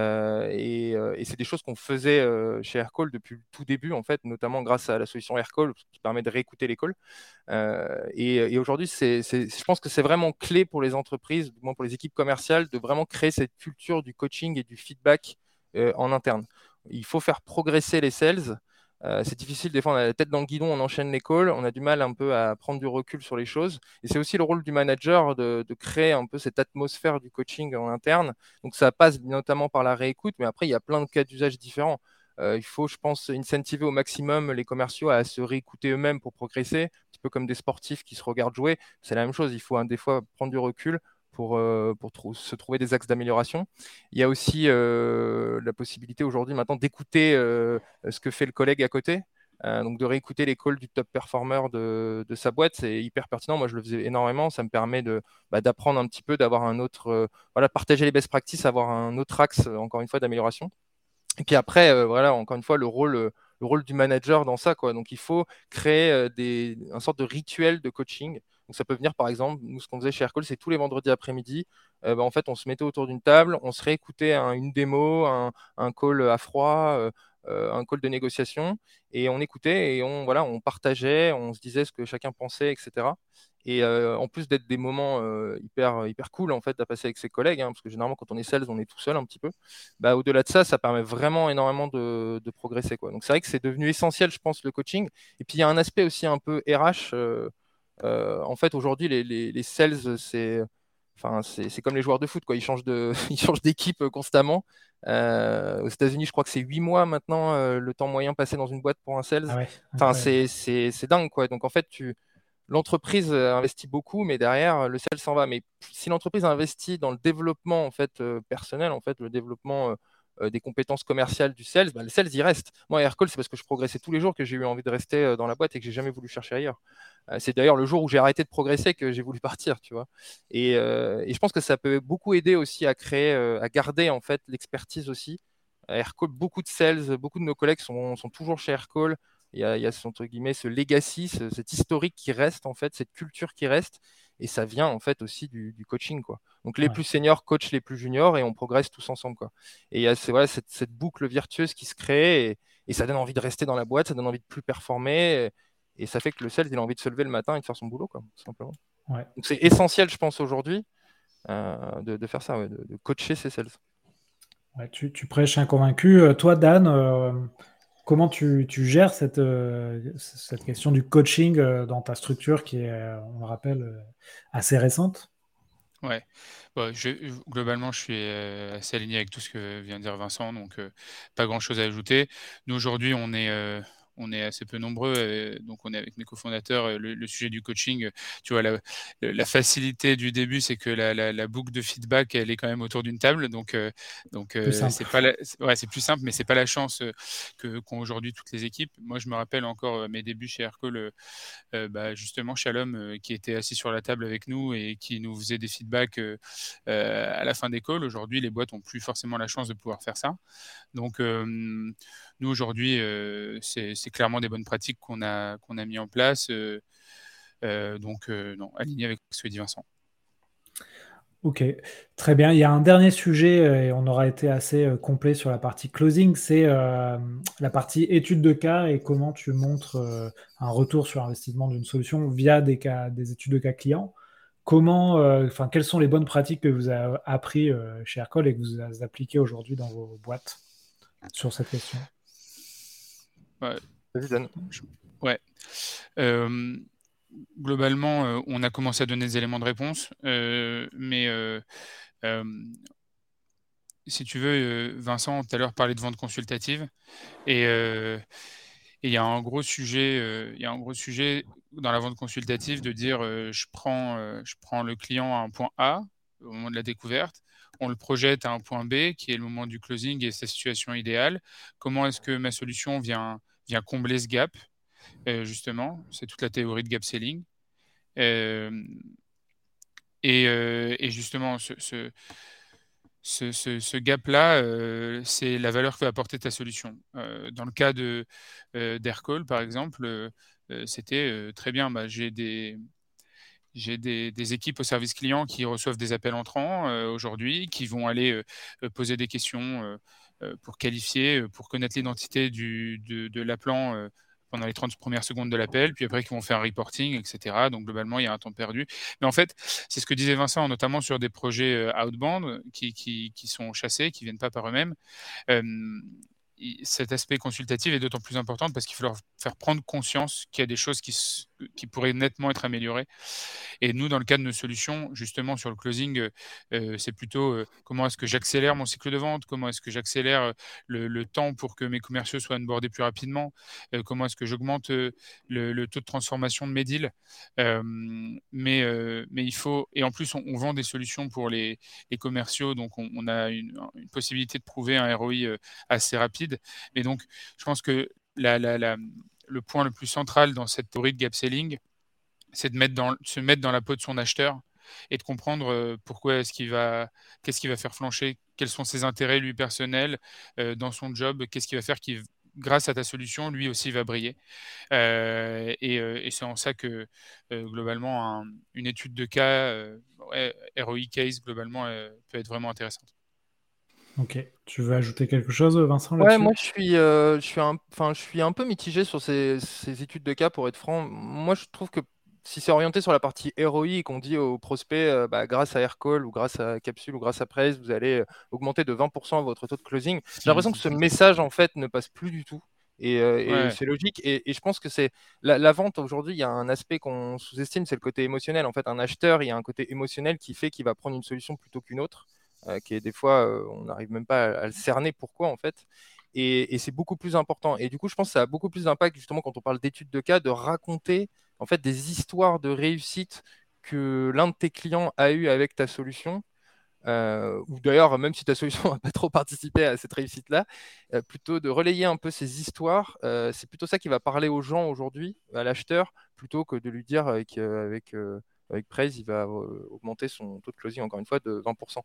[SPEAKER 2] Et c'est des choses qu'on faisait chez Aircall depuis le tout début, en fait, notamment grâce à la solution Aircall qui permet de réécouter les calls. Et aujourd'hui, je pense que c'est vraiment clé pour les entreprises, du moins pour les équipes commerciales, de vraiment créer cette culture du coaching et du feedback en interne. Il faut faire progresser les sales. C'est difficile, des fois on a la tête dans le guidon, on enchaîne les calls, on a du mal un peu à prendre du recul sur les choses. Et c'est aussi le rôle du manager de créer un peu cette atmosphère du coaching en interne. Donc ça passe notamment par la réécoute, mais après il y a plein de cas d'usage différents. Il faut, je pense, incentiver au maximum les commerciaux à se réécouter eux-mêmes pour progresser, un petit peu comme des sportifs qui se regardent jouer. C'est la même chose, il faut des fois prendre du recul pour se trouver des axes d'amélioration. Il y a aussi la possibilité aujourd'hui maintenant d'écouter ce que fait le collègue à côté. Donc de réécouter les calls du top performer de sa boîte, c'est hyper pertinent. Moi, je le faisais énormément. Ça me permet d'apprendre un petit peu, d'avoir un autre, partager les best practices, avoir un autre axe, encore une fois, d'amélioration. Et puis après, encore une fois, le rôle du manager dans ça, quoi. Donc il faut créer un sorte de rituel de coaching. Donc ça peut venir, par exemple, nous, ce qu'on faisait chez Aircall, c'est tous les vendredis après-midi, en fait, on se mettait autour d'une table, on se réécoutait une démo, un call à froid, un call de négociation, et on écoutait et on partageait, on se disait ce que chacun pensait, etc. Et en plus d'être des moments hyper cool en fait à passer avec ses collègues, hein, parce que généralement quand on est sales, on est tout seul un petit peu. Au-delà de ça, ça permet vraiment énormément de progresser, quoi. Donc c'est vrai que c'est devenu essentiel, je pense, le coaching. Et puis il y a un aspect aussi un peu RH. En fait, aujourd'hui, les sales, c'est comme les joueurs de foot, quoi. Ils changent ils changent d'équipe constamment. Aux États-Unis, je crois que c'est 8 mois maintenant le temps moyen passé dans une boîte pour un sales.
[SPEAKER 1] Ah ouais,
[SPEAKER 2] Enfin,
[SPEAKER 1] incroyable.
[SPEAKER 2] c'est dingue, quoi. Donc en fait, l'entreprise investit beaucoup, mais derrière, le sales s'en va. Mais si l'entreprise investit dans le développement en fait, personnel, en fait, le développement des compétences commerciales du sales, le sales, il reste. Moi, à Aircall, c'est parce que je progressais tous les jours que j'ai eu envie de rester dans la boîte et que j'ai jamais voulu chercher ailleurs. C'est d'ailleurs le jour où j'ai arrêté de progresser que j'ai voulu partir, tu vois. Et je pense que ça peut beaucoup aider aussi à créer, à garder en fait l'expertise aussi. À Aircall, beaucoup de sales, beaucoup de nos collègues sont toujours chez Aircall. Il y a entre guillemets ce legacy, cet historique qui reste en fait, cette culture qui reste, et ça vient en fait aussi du coaching, quoi. Donc les
[SPEAKER 1] Ouais.
[SPEAKER 2] plus seniors coachent les plus juniors et on progresse tous ensemble, quoi. Et il y a voilà, cette boucle virtueuse qui se crée et ça donne envie de rester dans la boîte, ça donne envie de plus performer et ça fait que le sales il a envie de se lever le matin et de faire son boulot, quoi, tout simplement.
[SPEAKER 1] Ouais.
[SPEAKER 2] Donc c'est essentiel, je pense aujourd'hui de faire ça, ouais, de coacher ses sales.
[SPEAKER 1] Ouais, tu prêches un convaincu. Toi, Dan, comment tu gères cette question du coaching dans ta structure qui est, on le rappelle, assez récente?
[SPEAKER 3] Ouais. Bah, globalement, je suis assez aligné avec tout ce que vient de dire Vincent, donc pas grand-chose à ajouter. Nous, aujourd'hui, on est assez peu nombreux, donc on est avec mes cofondateurs. Le sujet du coaching, tu vois, la facilité du début, c'est que la boucle de feedback, elle est quand même autour d'une table, donc
[SPEAKER 1] Plus simple.
[SPEAKER 3] c'est pas ouais, c'est plus simple, mais c'est pas la chance qu'ont aujourd'hui toutes les équipes. Moi, je me rappelle encore mes débuts chez Aircall. Justement Shalom qui était assis sur la table avec nous et qui nous faisait des feedbacks à la fin des calls. Aujourd'hui, les boîtes n'ont plus forcément la chance de pouvoir faire ça. Donc, nous, aujourd'hui, c'est clairement des bonnes pratiques qu'on a mis en place. Non, aligné avec ce que dit Vincent.
[SPEAKER 1] Ok, très bien. Il y a un dernier sujet, et on aura été assez complet sur la partie closing, c'est la partie étude de cas et comment tu montres un retour sur investissement d'une solution via des études de cas clients. Quelles sont les bonnes pratiques que vous avez appris chez Aircall et que vous appliquez aujourd'hui dans vos boîtes sur cette question?
[SPEAKER 3] Ouais.
[SPEAKER 2] Vas-y, Dan.
[SPEAKER 3] Ouais. Globalement, on a commencé à donner des éléments de réponse, mais si tu veux, Vincent, tout à l'heure, parlait de vente consultative. Et il y a un gros sujet, dans la vente consultative de dire je prends le client à un point A au moment de la découverte, on le projette à un point B, qui est le moment du closing et sa situation idéale. Comment est-ce que ma solution vient combler ce gap, justement. C'est toute la théorie de gap selling. Et justement, ce gap-là, c'est la valeur que va apporter ta solution. Dans le cas d'Aircall, par exemple, c'était très bien. J'ai des équipes au service client qui reçoivent des appels entrants aujourd'hui, qui vont aller poser des questions pour qualifier, pour connaître l'identité de l'appelant pendant les 30 premières secondes de l'appel, puis après qui vont faire un reporting, etc. Donc globalement, il y a un temps perdu. Mais en fait, c'est ce que disait Vincent, notamment sur des projets outbound qui sont chassés, qui ne viennent pas par eux-mêmes. Cet aspect consultatif est d'autant plus important parce qu'il faut leur faire prendre conscience qu'il y a des choses qui pourraient nettement être améliorées. Et nous, dans le cas de nos solutions, justement, sur le closing, c'est plutôt comment est-ce que j'accélère mon cycle de vente, comment est-ce que j'accélère le temps pour que mes commerciaux soient onboardés plus rapidement, comment est-ce que j'augmente le taux de transformation de mes deals. Mais il faut... Et en plus, on vend des solutions pour les commerciaux, donc on a une possibilité de prouver un ROI assez rapide. Et donc, je pense que le point le plus central dans cette théorie de gap selling, c'est de se mettre dans la peau de son acheteur et de comprendre pourquoi qu'est-ce qui va faire flancher, quels sont ses intérêts lui personnels dans son job, qu'est-ce qui va faire qu'il, grâce à ta solution, lui aussi va briller. Et c'est en ça que globalement une étude de cas, ROI case globalement peut être vraiment intéressante.
[SPEAKER 1] Ok. Tu veux ajouter quelque chose, Vincent,
[SPEAKER 2] Ouais,
[SPEAKER 1] là-dessus?
[SPEAKER 2] moi je suis un peu mitigé sur ces études de cas, pour être franc. Moi, je trouve que si c'est orienté sur la partie ROI et qu'on dit aux prospects, grâce à Aircall ou grâce à Capsule ou grâce à Praise, vous allez augmenter de 20% votre taux de closing, j'ai l'impression que ce message en fait ne passe plus du tout. Et c'est logique. Et je pense que c'est la vente aujourd'hui, il y a un aspect qu'on sous-estime, c'est le côté émotionnel. En fait, un acheteur, il y a un côté émotionnel qui fait qu'il va prendre une solution plutôt qu'une autre, qui est des fois, on n'arrive même pas à le cerner pourquoi en fait. Et c'est beaucoup plus important. Et du coup, je pense que ça a beaucoup plus d'impact justement quand on parle d'études de cas, de raconter en fait des histoires de réussite que l'un de tes clients a eu avec ta solution. Ou d'ailleurs, même si ta solution n'a pas trop participé à cette réussite-là, plutôt de relayer un peu ces histoires. C'est plutôt ça qui va parler aux gens aujourd'hui, à l'acheteur, plutôt que de lui dire avec Praise, il va augmenter son taux de closing, encore une fois, de 20%.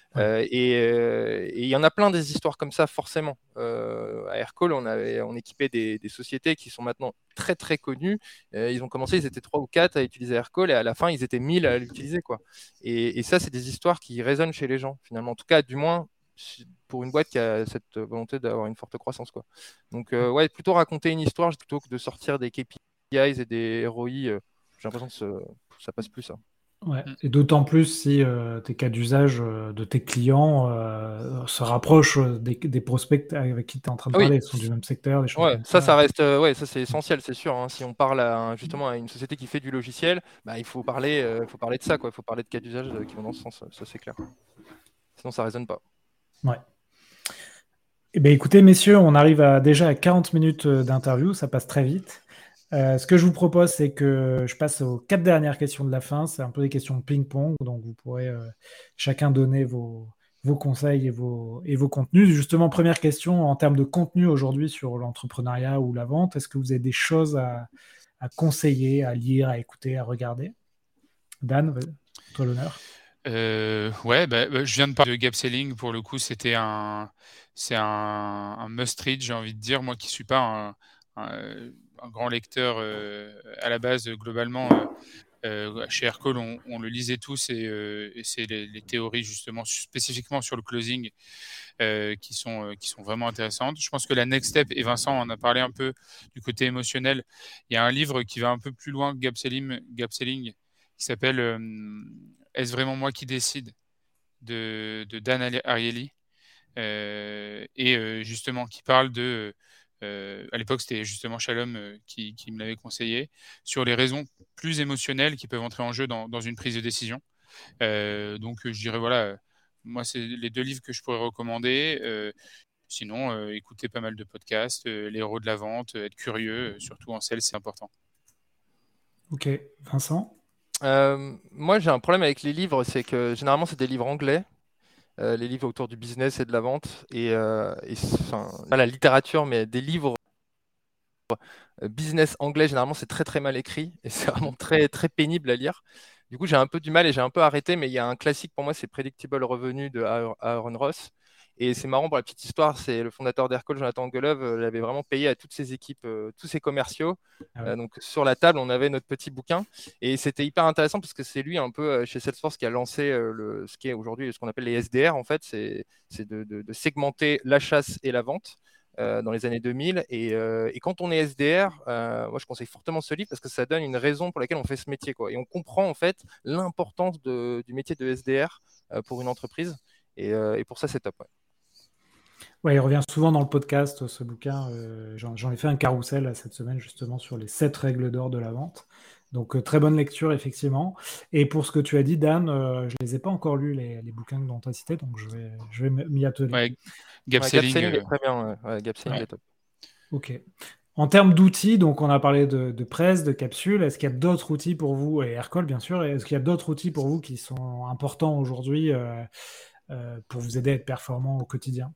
[SPEAKER 2] Et il y en a plein des histoires comme ça, forcément. À Aircall, on équipait des sociétés qui sont maintenant très très connues. Ils ont commencé, ils étaient 3 ou 4 à utiliser Aircall et à la fin, ils étaient 1000 à l'utiliser, quoi. Et ça, c'est des histoires qui résonnent chez les gens, finalement. En tout cas, du moins, pour une boîte qui a cette volonté d'avoir une forte croissance, quoi. Donc, ouais, plutôt raconter une histoire plutôt que de sortir des KPIs et des ROI. J'ai l'impression que ça passe plus, ça.
[SPEAKER 1] Ouais. Et d'autant plus si tes cas d'usage de tes clients se rapprochent des prospects avec qui tu es en train de
[SPEAKER 2] Ah oui,
[SPEAKER 1] parler. Ils sont du même secteur, des choses
[SPEAKER 2] ouais,
[SPEAKER 1] comme
[SPEAKER 2] ça
[SPEAKER 1] ça.
[SPEAKER 2] reste, ouais, ça c'est essentiel, c'est sûr, hein. Si on parle justement à une société qui fait du logiciel, il faut parler de ça, quoi. Il faut parler de cas d'usage qui vont dans ce sens, ça c'est clair. Sinon, ça résonne pas.
[SPEAKER 1] Ouais. Eh bien, écoutez, messieurs, on arrive déjà à 40 minutes d'interview, ça passe très vite. Ce que je vous propose, c'est que je passe aux 4 dernières questions de la fin. C'est un peu des questions de ping-pong, donc vous pourrez chacun donner vos conseils et vos contenus. Justement, première question, en termes de contenu aujourd'hui sur l'entrepreneuriat ou la vente, est-ce que vous avez des choses à conseiller, à lire, à écouter, à regarder? Dan, toi l'honneur.
[SPEAKER 3] Ouais, je viens de parler de gap selling. Pour le coup, c'est un must-read, j'ai envie de dire. Moi qui suis pas un grand lecteur à la base, globalement, chez Aircall, on le lisait tous et c'est les théories justement spécifiquement sur le closing qui sont vraiment intéressantes. Je pense que la next step, et Vincent en a parlé un peu du côté émotionnel, il y a un livre qui va un peu plus loin que gap selling qui s'appelle Est-ce vraiment moi qui décide de Dan Ariely et justement qui parle à l'époque c'était justement Shalom qui me l'avait conseillé, sur les raisons plus émotionnelles qui peuvent entrer en jeu dans une prise de décision. Donc je dirais voilà, moi c'est les 2 livres que je pourrais recommander. Sinon, écouter pas mal de podcasts, les héros de la vente, être curieux, surtout en sales, c'est important.
[SPEAKER 1] Ok, Vincent?
[SPEAKER 2] Moi, j'ai un problème avec les livres, c'est que généralement, c'est des livres anglais. les livres autour du business et de la vente. Enfin, pas la littérature, mais des livres business anglais, généralement, c'est très très mal écrit et c'est vraiment très très pénible à lire. Du coup, j'ai un peu du mal et j'ai un peu arrêté, mais il y a un classique pour moi, c'est Predictable Revenue de Aaron Ross. Et c'est marrant pour la petite histoire, c'est le fondateur d'Aircall, Jonathan Golub, l'avait vraiment payé à toutes ses équipes, tous ses commerciaux.
[SPEAKER 1] Ah ouais.
[SPEAKER 2] Donc sur la table, on avait notre petit bouquin et c'était hyper intéressant parce que c'est lui un peu chez Salesforce qui a lancé ce qui est aujourd'hui ce qu'on appelle les SDR. En fait, c'est de segmenter la chasse et la vente dans les années 2000. Et quand on est SDR, moi je conseille fortement ce livre parce que ça donne une raison pour laquelle on fait ce métier, quoi. Et on comprend en fait l'importance du métier de SDR pour une entreprise. Et pour ça, c'est top. Ouais.
[SPEAKER 1] Ouais, il revient souvent dans le podcast, ce bouquin. J'en ai fait un carrousel là, cette semaine, justement, sur les 7 règles d'or de la vente. Donc, très bonne lecture, effectivement. Et pour ce que tu as dit, Dan, je ne les ai pas encore lus, les bouquins dont tu as cités, donc je vais m'y atteler.
[SPEAKER 3] Ouais, Gap
[SPEAKER 2] Gap
[SPEAKER 3] Selling.
[SPEAKER 2] Selling est très bien. Ouais, Gap Selling
[SPEAKER 1] Ouais.
[SPEAKER 2] est top.
[SPEAKER 1] Ok. En termes d'outils, donc on a parlé de presse, de capsules. Est-ce qu'il y a d'autres outils pour vous, et Aircall bien sûr, est-ce qu'il y a d'autres outils pour vous qui sont importants aujourd'hui pour vous aider à être performant au quotidien?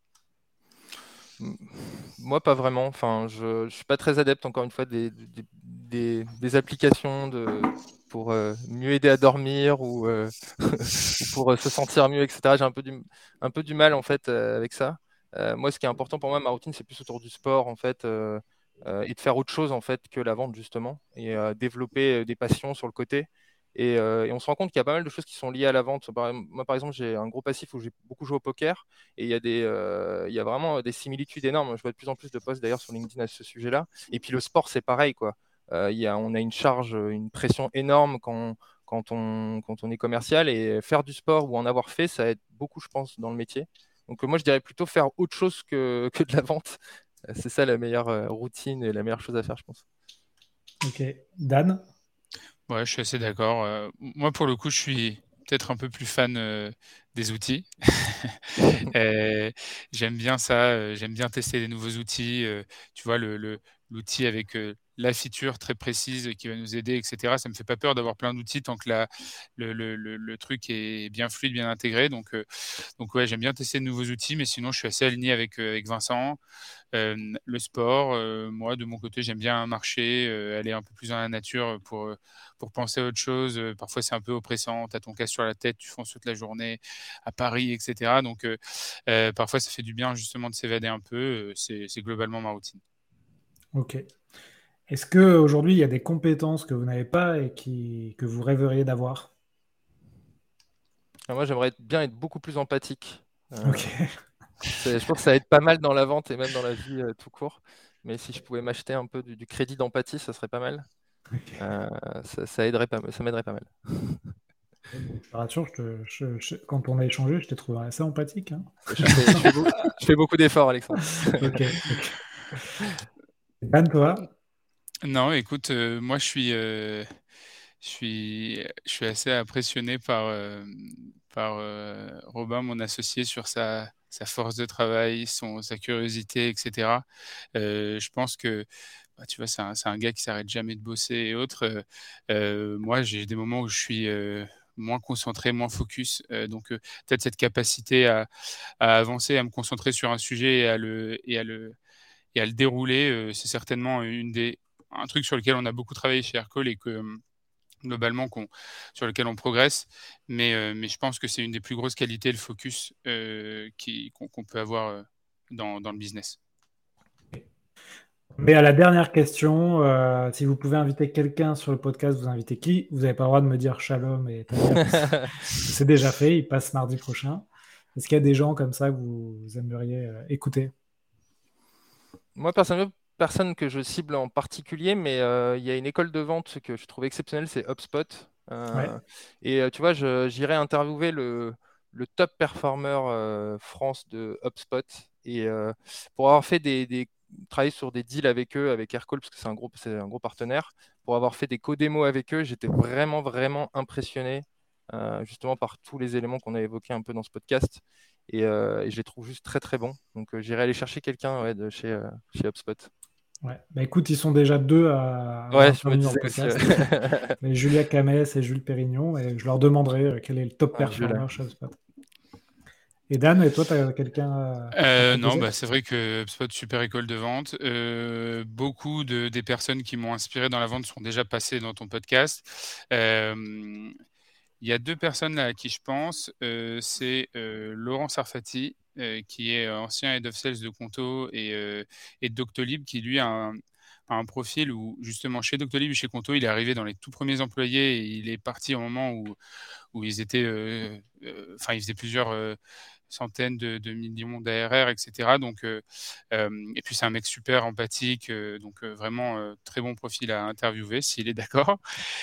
[SPEAKER 2] Moi, pas vraiment. Enfin, je suis pas très adepte, encore une fois, des applications pour mieux aider à dormir ou pour se sentir mieux, etc. J'ai un peu du mal, en fait, avec ça. Moi, ce qui est important pour moi, ma routine, c'est plus autour du sport, en fait, et de faire autre chose, en fait, que la vente, justement, et développer des passions sur le côté. Et on se rend compte qu'il y a pas mal de choses qui sont liées à la vente. Moi, par exemple, j'ai un gros passif où j'ai beaucoup joué au poker. Et il y a vraiment des similitudes énormes. Je vois de plus en plus de posts d'ailleurs sur LinkedIn à ce sujet-là. Et puis le sport, c'est pareil, quoi. On a une charge, une pression énorme quand on est commercial. Et faire du sport ou en avoir fait, ça aide beaucoup, je pense, dans le métier. Donc moi, je dirais plutôt faire autre chose que de la vente. C'est ça la meilleure routine et la meilleure chose à faire, je pense.
[SPEAKER 1] Ok. Dan?
[SPEAKER 3] Ouais, je suis assez d'accord. Moi, pour le coup, je suis peut-être un peu plus fan des outils. Euh, J'aime bien ça. J'aime bien tester des nouveaux outils. Tu vois, l'outil avec la feature très précise qui va nous aider, etc. Ça me fait pas peur d'avoir plein d'outils tant que le truc est bien fluide, bien intégré. Donc ouais, j'aime bien tester de nouveaux outils, mais sinon, je suis assez aligné avec Vincent. Le sport, moi, de mon côté, j'aime bien marcher, aller un peu plus dans la nature pour penser à autre chose. Parfois, c'est un peu oppressant. Tu as ton casque sur la tête, tu fonces toute la journée à Paris, etc. Donc, parfois, ça fait du bien justement de s'évader un peu. C'est globalement ma routine.
[SPEAKER 1] Ok. Est-ce qu'aujourd'hui, il y a des compétences que vous n'avez pas et que vous rêveriez d'avoir?
[SPEAKER 2] Moi, j'aimerais bien être beaucoup plus empathique.
[SPEAKER 1] Ok.
[SPEAKER 2] Je pense que ça aide pas mal dans la vente et même dans la vie tout court. Mais si je pouvais m'acheter un peu du crédit d'empathie, ça serait pas mal.
[SPEAKER 1] Ok.
[SPEAKER 2] Ça aiderait pas, ça m'aiderait pas mal.
[SPEAKER 1] Je te rassure, quand on a échangé, je t'ai trouvé assez empathique, hein.
[SPEAKER 2] Je fais beaucoup d'efforts, Alexandre.
[SPEAKER 1] Ok. Dan, toi?
[SPEAKER 3] Non, écoute, moi, je suis assez impressionné par Robin, mon associé, sur sa force de travail, sa curiosité, etc. Je pense que, bah, tu vois, c'est un gars qui s'arrête jamais de bosser et autres. Moi, j'ai des moments où je suis moins concentré, moins focus. Donc, peut-être cette capacité à avancer, à me concentrer sur un sujet et à le dérouler, c'est certainement un truc sur lequel on a beaucoup travaillé chez Aircall et que globalement sur lequel on progresse. Mais je pense que c'est une des plus grosses qualités, le focus qu'on peut avoir dans le business.
[SPEAKER 1] Mais à la dernière question, si vous pouvez inviter quelqu'un sur le podcast, vous invitez qui? Vous n'avez pas le droit de me dire Shalom et Tania, parce que c'est déjà fait, il passe mardi prochain. Est-ce qu'il y a des gens comme ça que vous aimeriez écouter?
[SPEAKER 2] Moi, personnellement, personne que je cible en particulier, mais il y a une école de vente que je trouve exceptionnelle, c'est HubSpot.
[SPEAKER 1] Ouais.
[SPEAKER 2] Et tu vois, j'irai interviewer le top performer France de HubSpot. Et pour avoir fait travaillé sur des deals avec eux, avec Aircall, parce que c'est un gros partenaire, pour avoir fait des co-démos avec eux, j'étais vraiment, vraiment impressionné, justement par tous les éléments qu'on a évoqués un peu dans ce podcast. Et je les trouve juste très, très bons. Donc, j'irai aller chercher quelqu'un de chez HubSpot.
[SPEAKER 1] Ouais. Bah, écoute, ils sont déjà deux à avoir
[SPEAKER 2] Ouais, je me
[SPEAKER 1] intervenu dans le
[SPEAKER 2] disais aussi.
[SPEAKER 1] podcast. Mais Julia Camès et Jules Pérignon, et je leur demanderai quel est le top
[SPEAKER 2] Ouais, Jules.
[SPEAKER 1] performer chez HubSpot. Et Dan, et toi, tu as quelqu'un à
[SPEAKER 3] Non,
[SPEAKER 1] proposer?
[SPEAKER 3] c'est vrai que HubSpot, super école de vente. Beaucoup des personnes qui m'ont inspiré dans la vente sont déjà passées dans ton podcast. Il y a deux personnes là à qui je pense. C'est Laurent Sarfati, qui est ancien Head of Sales de Conto et de Doctolib, qui lui a un profil où, justement, chez Doctolib et chez Conto, il est arrivé dans les tout premiers employés et il est parti au moment où ils étaient. Ils faisaient plusieurs centaines de millions d'ARR, etc. Donc, et puis, c'est un mec super empathique, donc vraiment très bon profil à interviewer s'il est d'accord.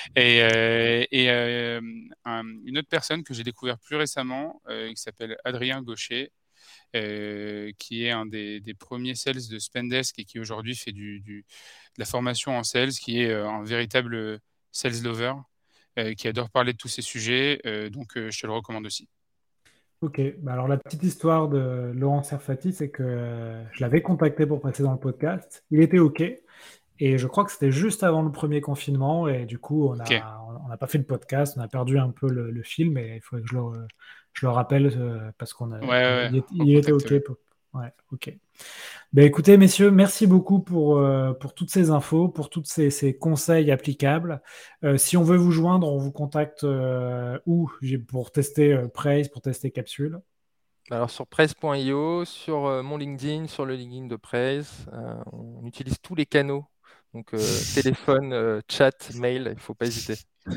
[SPEAKER 3] Une autre personne que j'ai découvert plus récemment, qui s'appelle Adrien Gaucher, qui est un des premiers sales de Spendesk et qui aujourd'hui fait de la formation en sales, qui est un véritable sales lover, qui adore parler de tous ces sujets. Donc, je te le recommande aussi.
[SPEAKER 1] Ok, alors la petite histoire de Laurent Serfati, c'est que je l'avais contacté pour passer dans le podcast. Il était ok, et je crois que c'était juste avant le premier confinement, et du coup,
[SPEAKER 3] Ok.
[SPEAKER 1] on n'a pas fait de podcast, on a perdu un peu le fil, mais il faut que je le rappelle parce
[SPEAKER 3] Ouais, ouais,
[SPEAKER 1] il était ok.
[SPEAKER 3] recontacte-le.
[SPEAKER 1] Ouais, ok. Ben écoutez, messieurs, merci beaucoup pour toutes ces infos, pour tous ces conseils applicables. Si on veut vous joindre, on vous contacte où pour tester Praise, pour tester Capsule.
[SPEAKER 2] Alors sur Praise.io, sur mon LinkedIn, sur le LinkedIn de Praise, on utilise tous les canaux. Donc téléphone, chat, mail, il ne faut pas hésiter.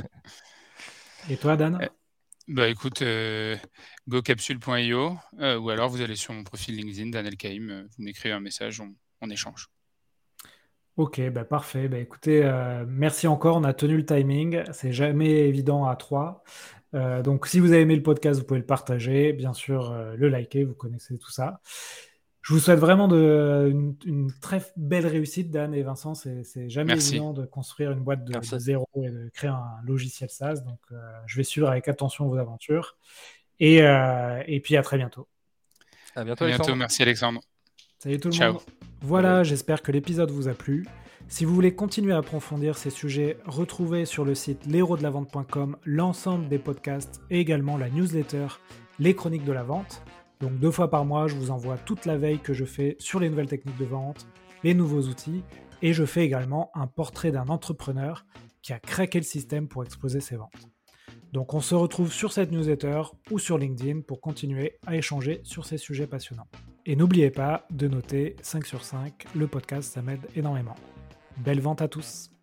[SPEAKER 1] Et toi, Dan?
[SPEAKER 3] Écoute, gocapsule.io, ou alors vous allez sur mon profil LinkedIn, Daniel Kaim, vous m'écrivez un message, on échange.
[SPEAKER 1] Ok, bah parfait. Bah écoutez, merci encore. On a tenu le timing. C'est jamais évident à trois. Donc, si vous avez aimé le podcast, vous pouvez le partager, bien sûr, le liker. Vous connaissez tout ça. Je vous souhaite vraiment une très belle réussite, Dan et Vincent. C'est jamais
[SPEAKER 3] Merci.
[SPEAKER 1] évident de construire une boîte de
[SPEAKER 2] Merci.
[SPEAKER 1] zéro et de créer un logiciel SaaS. Donc, je vais suivre avec attention vos aventures. Et puis, à très bientôt.
[SPEAKER 2] À bientôt,
[SPEAKER 3] À bientôt,
[SPEAKER 2] Alexandre.
[SPEAKER 3] merci Alexandre.
[SPEAKER 1] Salut tout le
[SPEAKER 3] Ciao.
[SPEAKER 1] monde. Voilà, j'espère que l'épisode vous a plu. Si vous voulez continuer à approfondir ces sujets, retrouvez sur le site l'héros-de-la-vente.com l'ensemble des podcasts et également la newsletter Les Chroniques de la Vente. Donc 2 fois par mois, je vous envoie toute la veille que je fais sur les nouvelles techniques de vente, les nouveaux outils, et je fais également un portrait d'un entrepreneur qui a craqué le système pour exploser ses ventes. Donc on se retrouve sur cette newsletter ou sur LinkedIn pour continuer à échanger sur ces sujets passionnants. Et n'oubliez pas de noter 5 sur 5, le podcast, ça m'aide énormément. Belle vente à tous!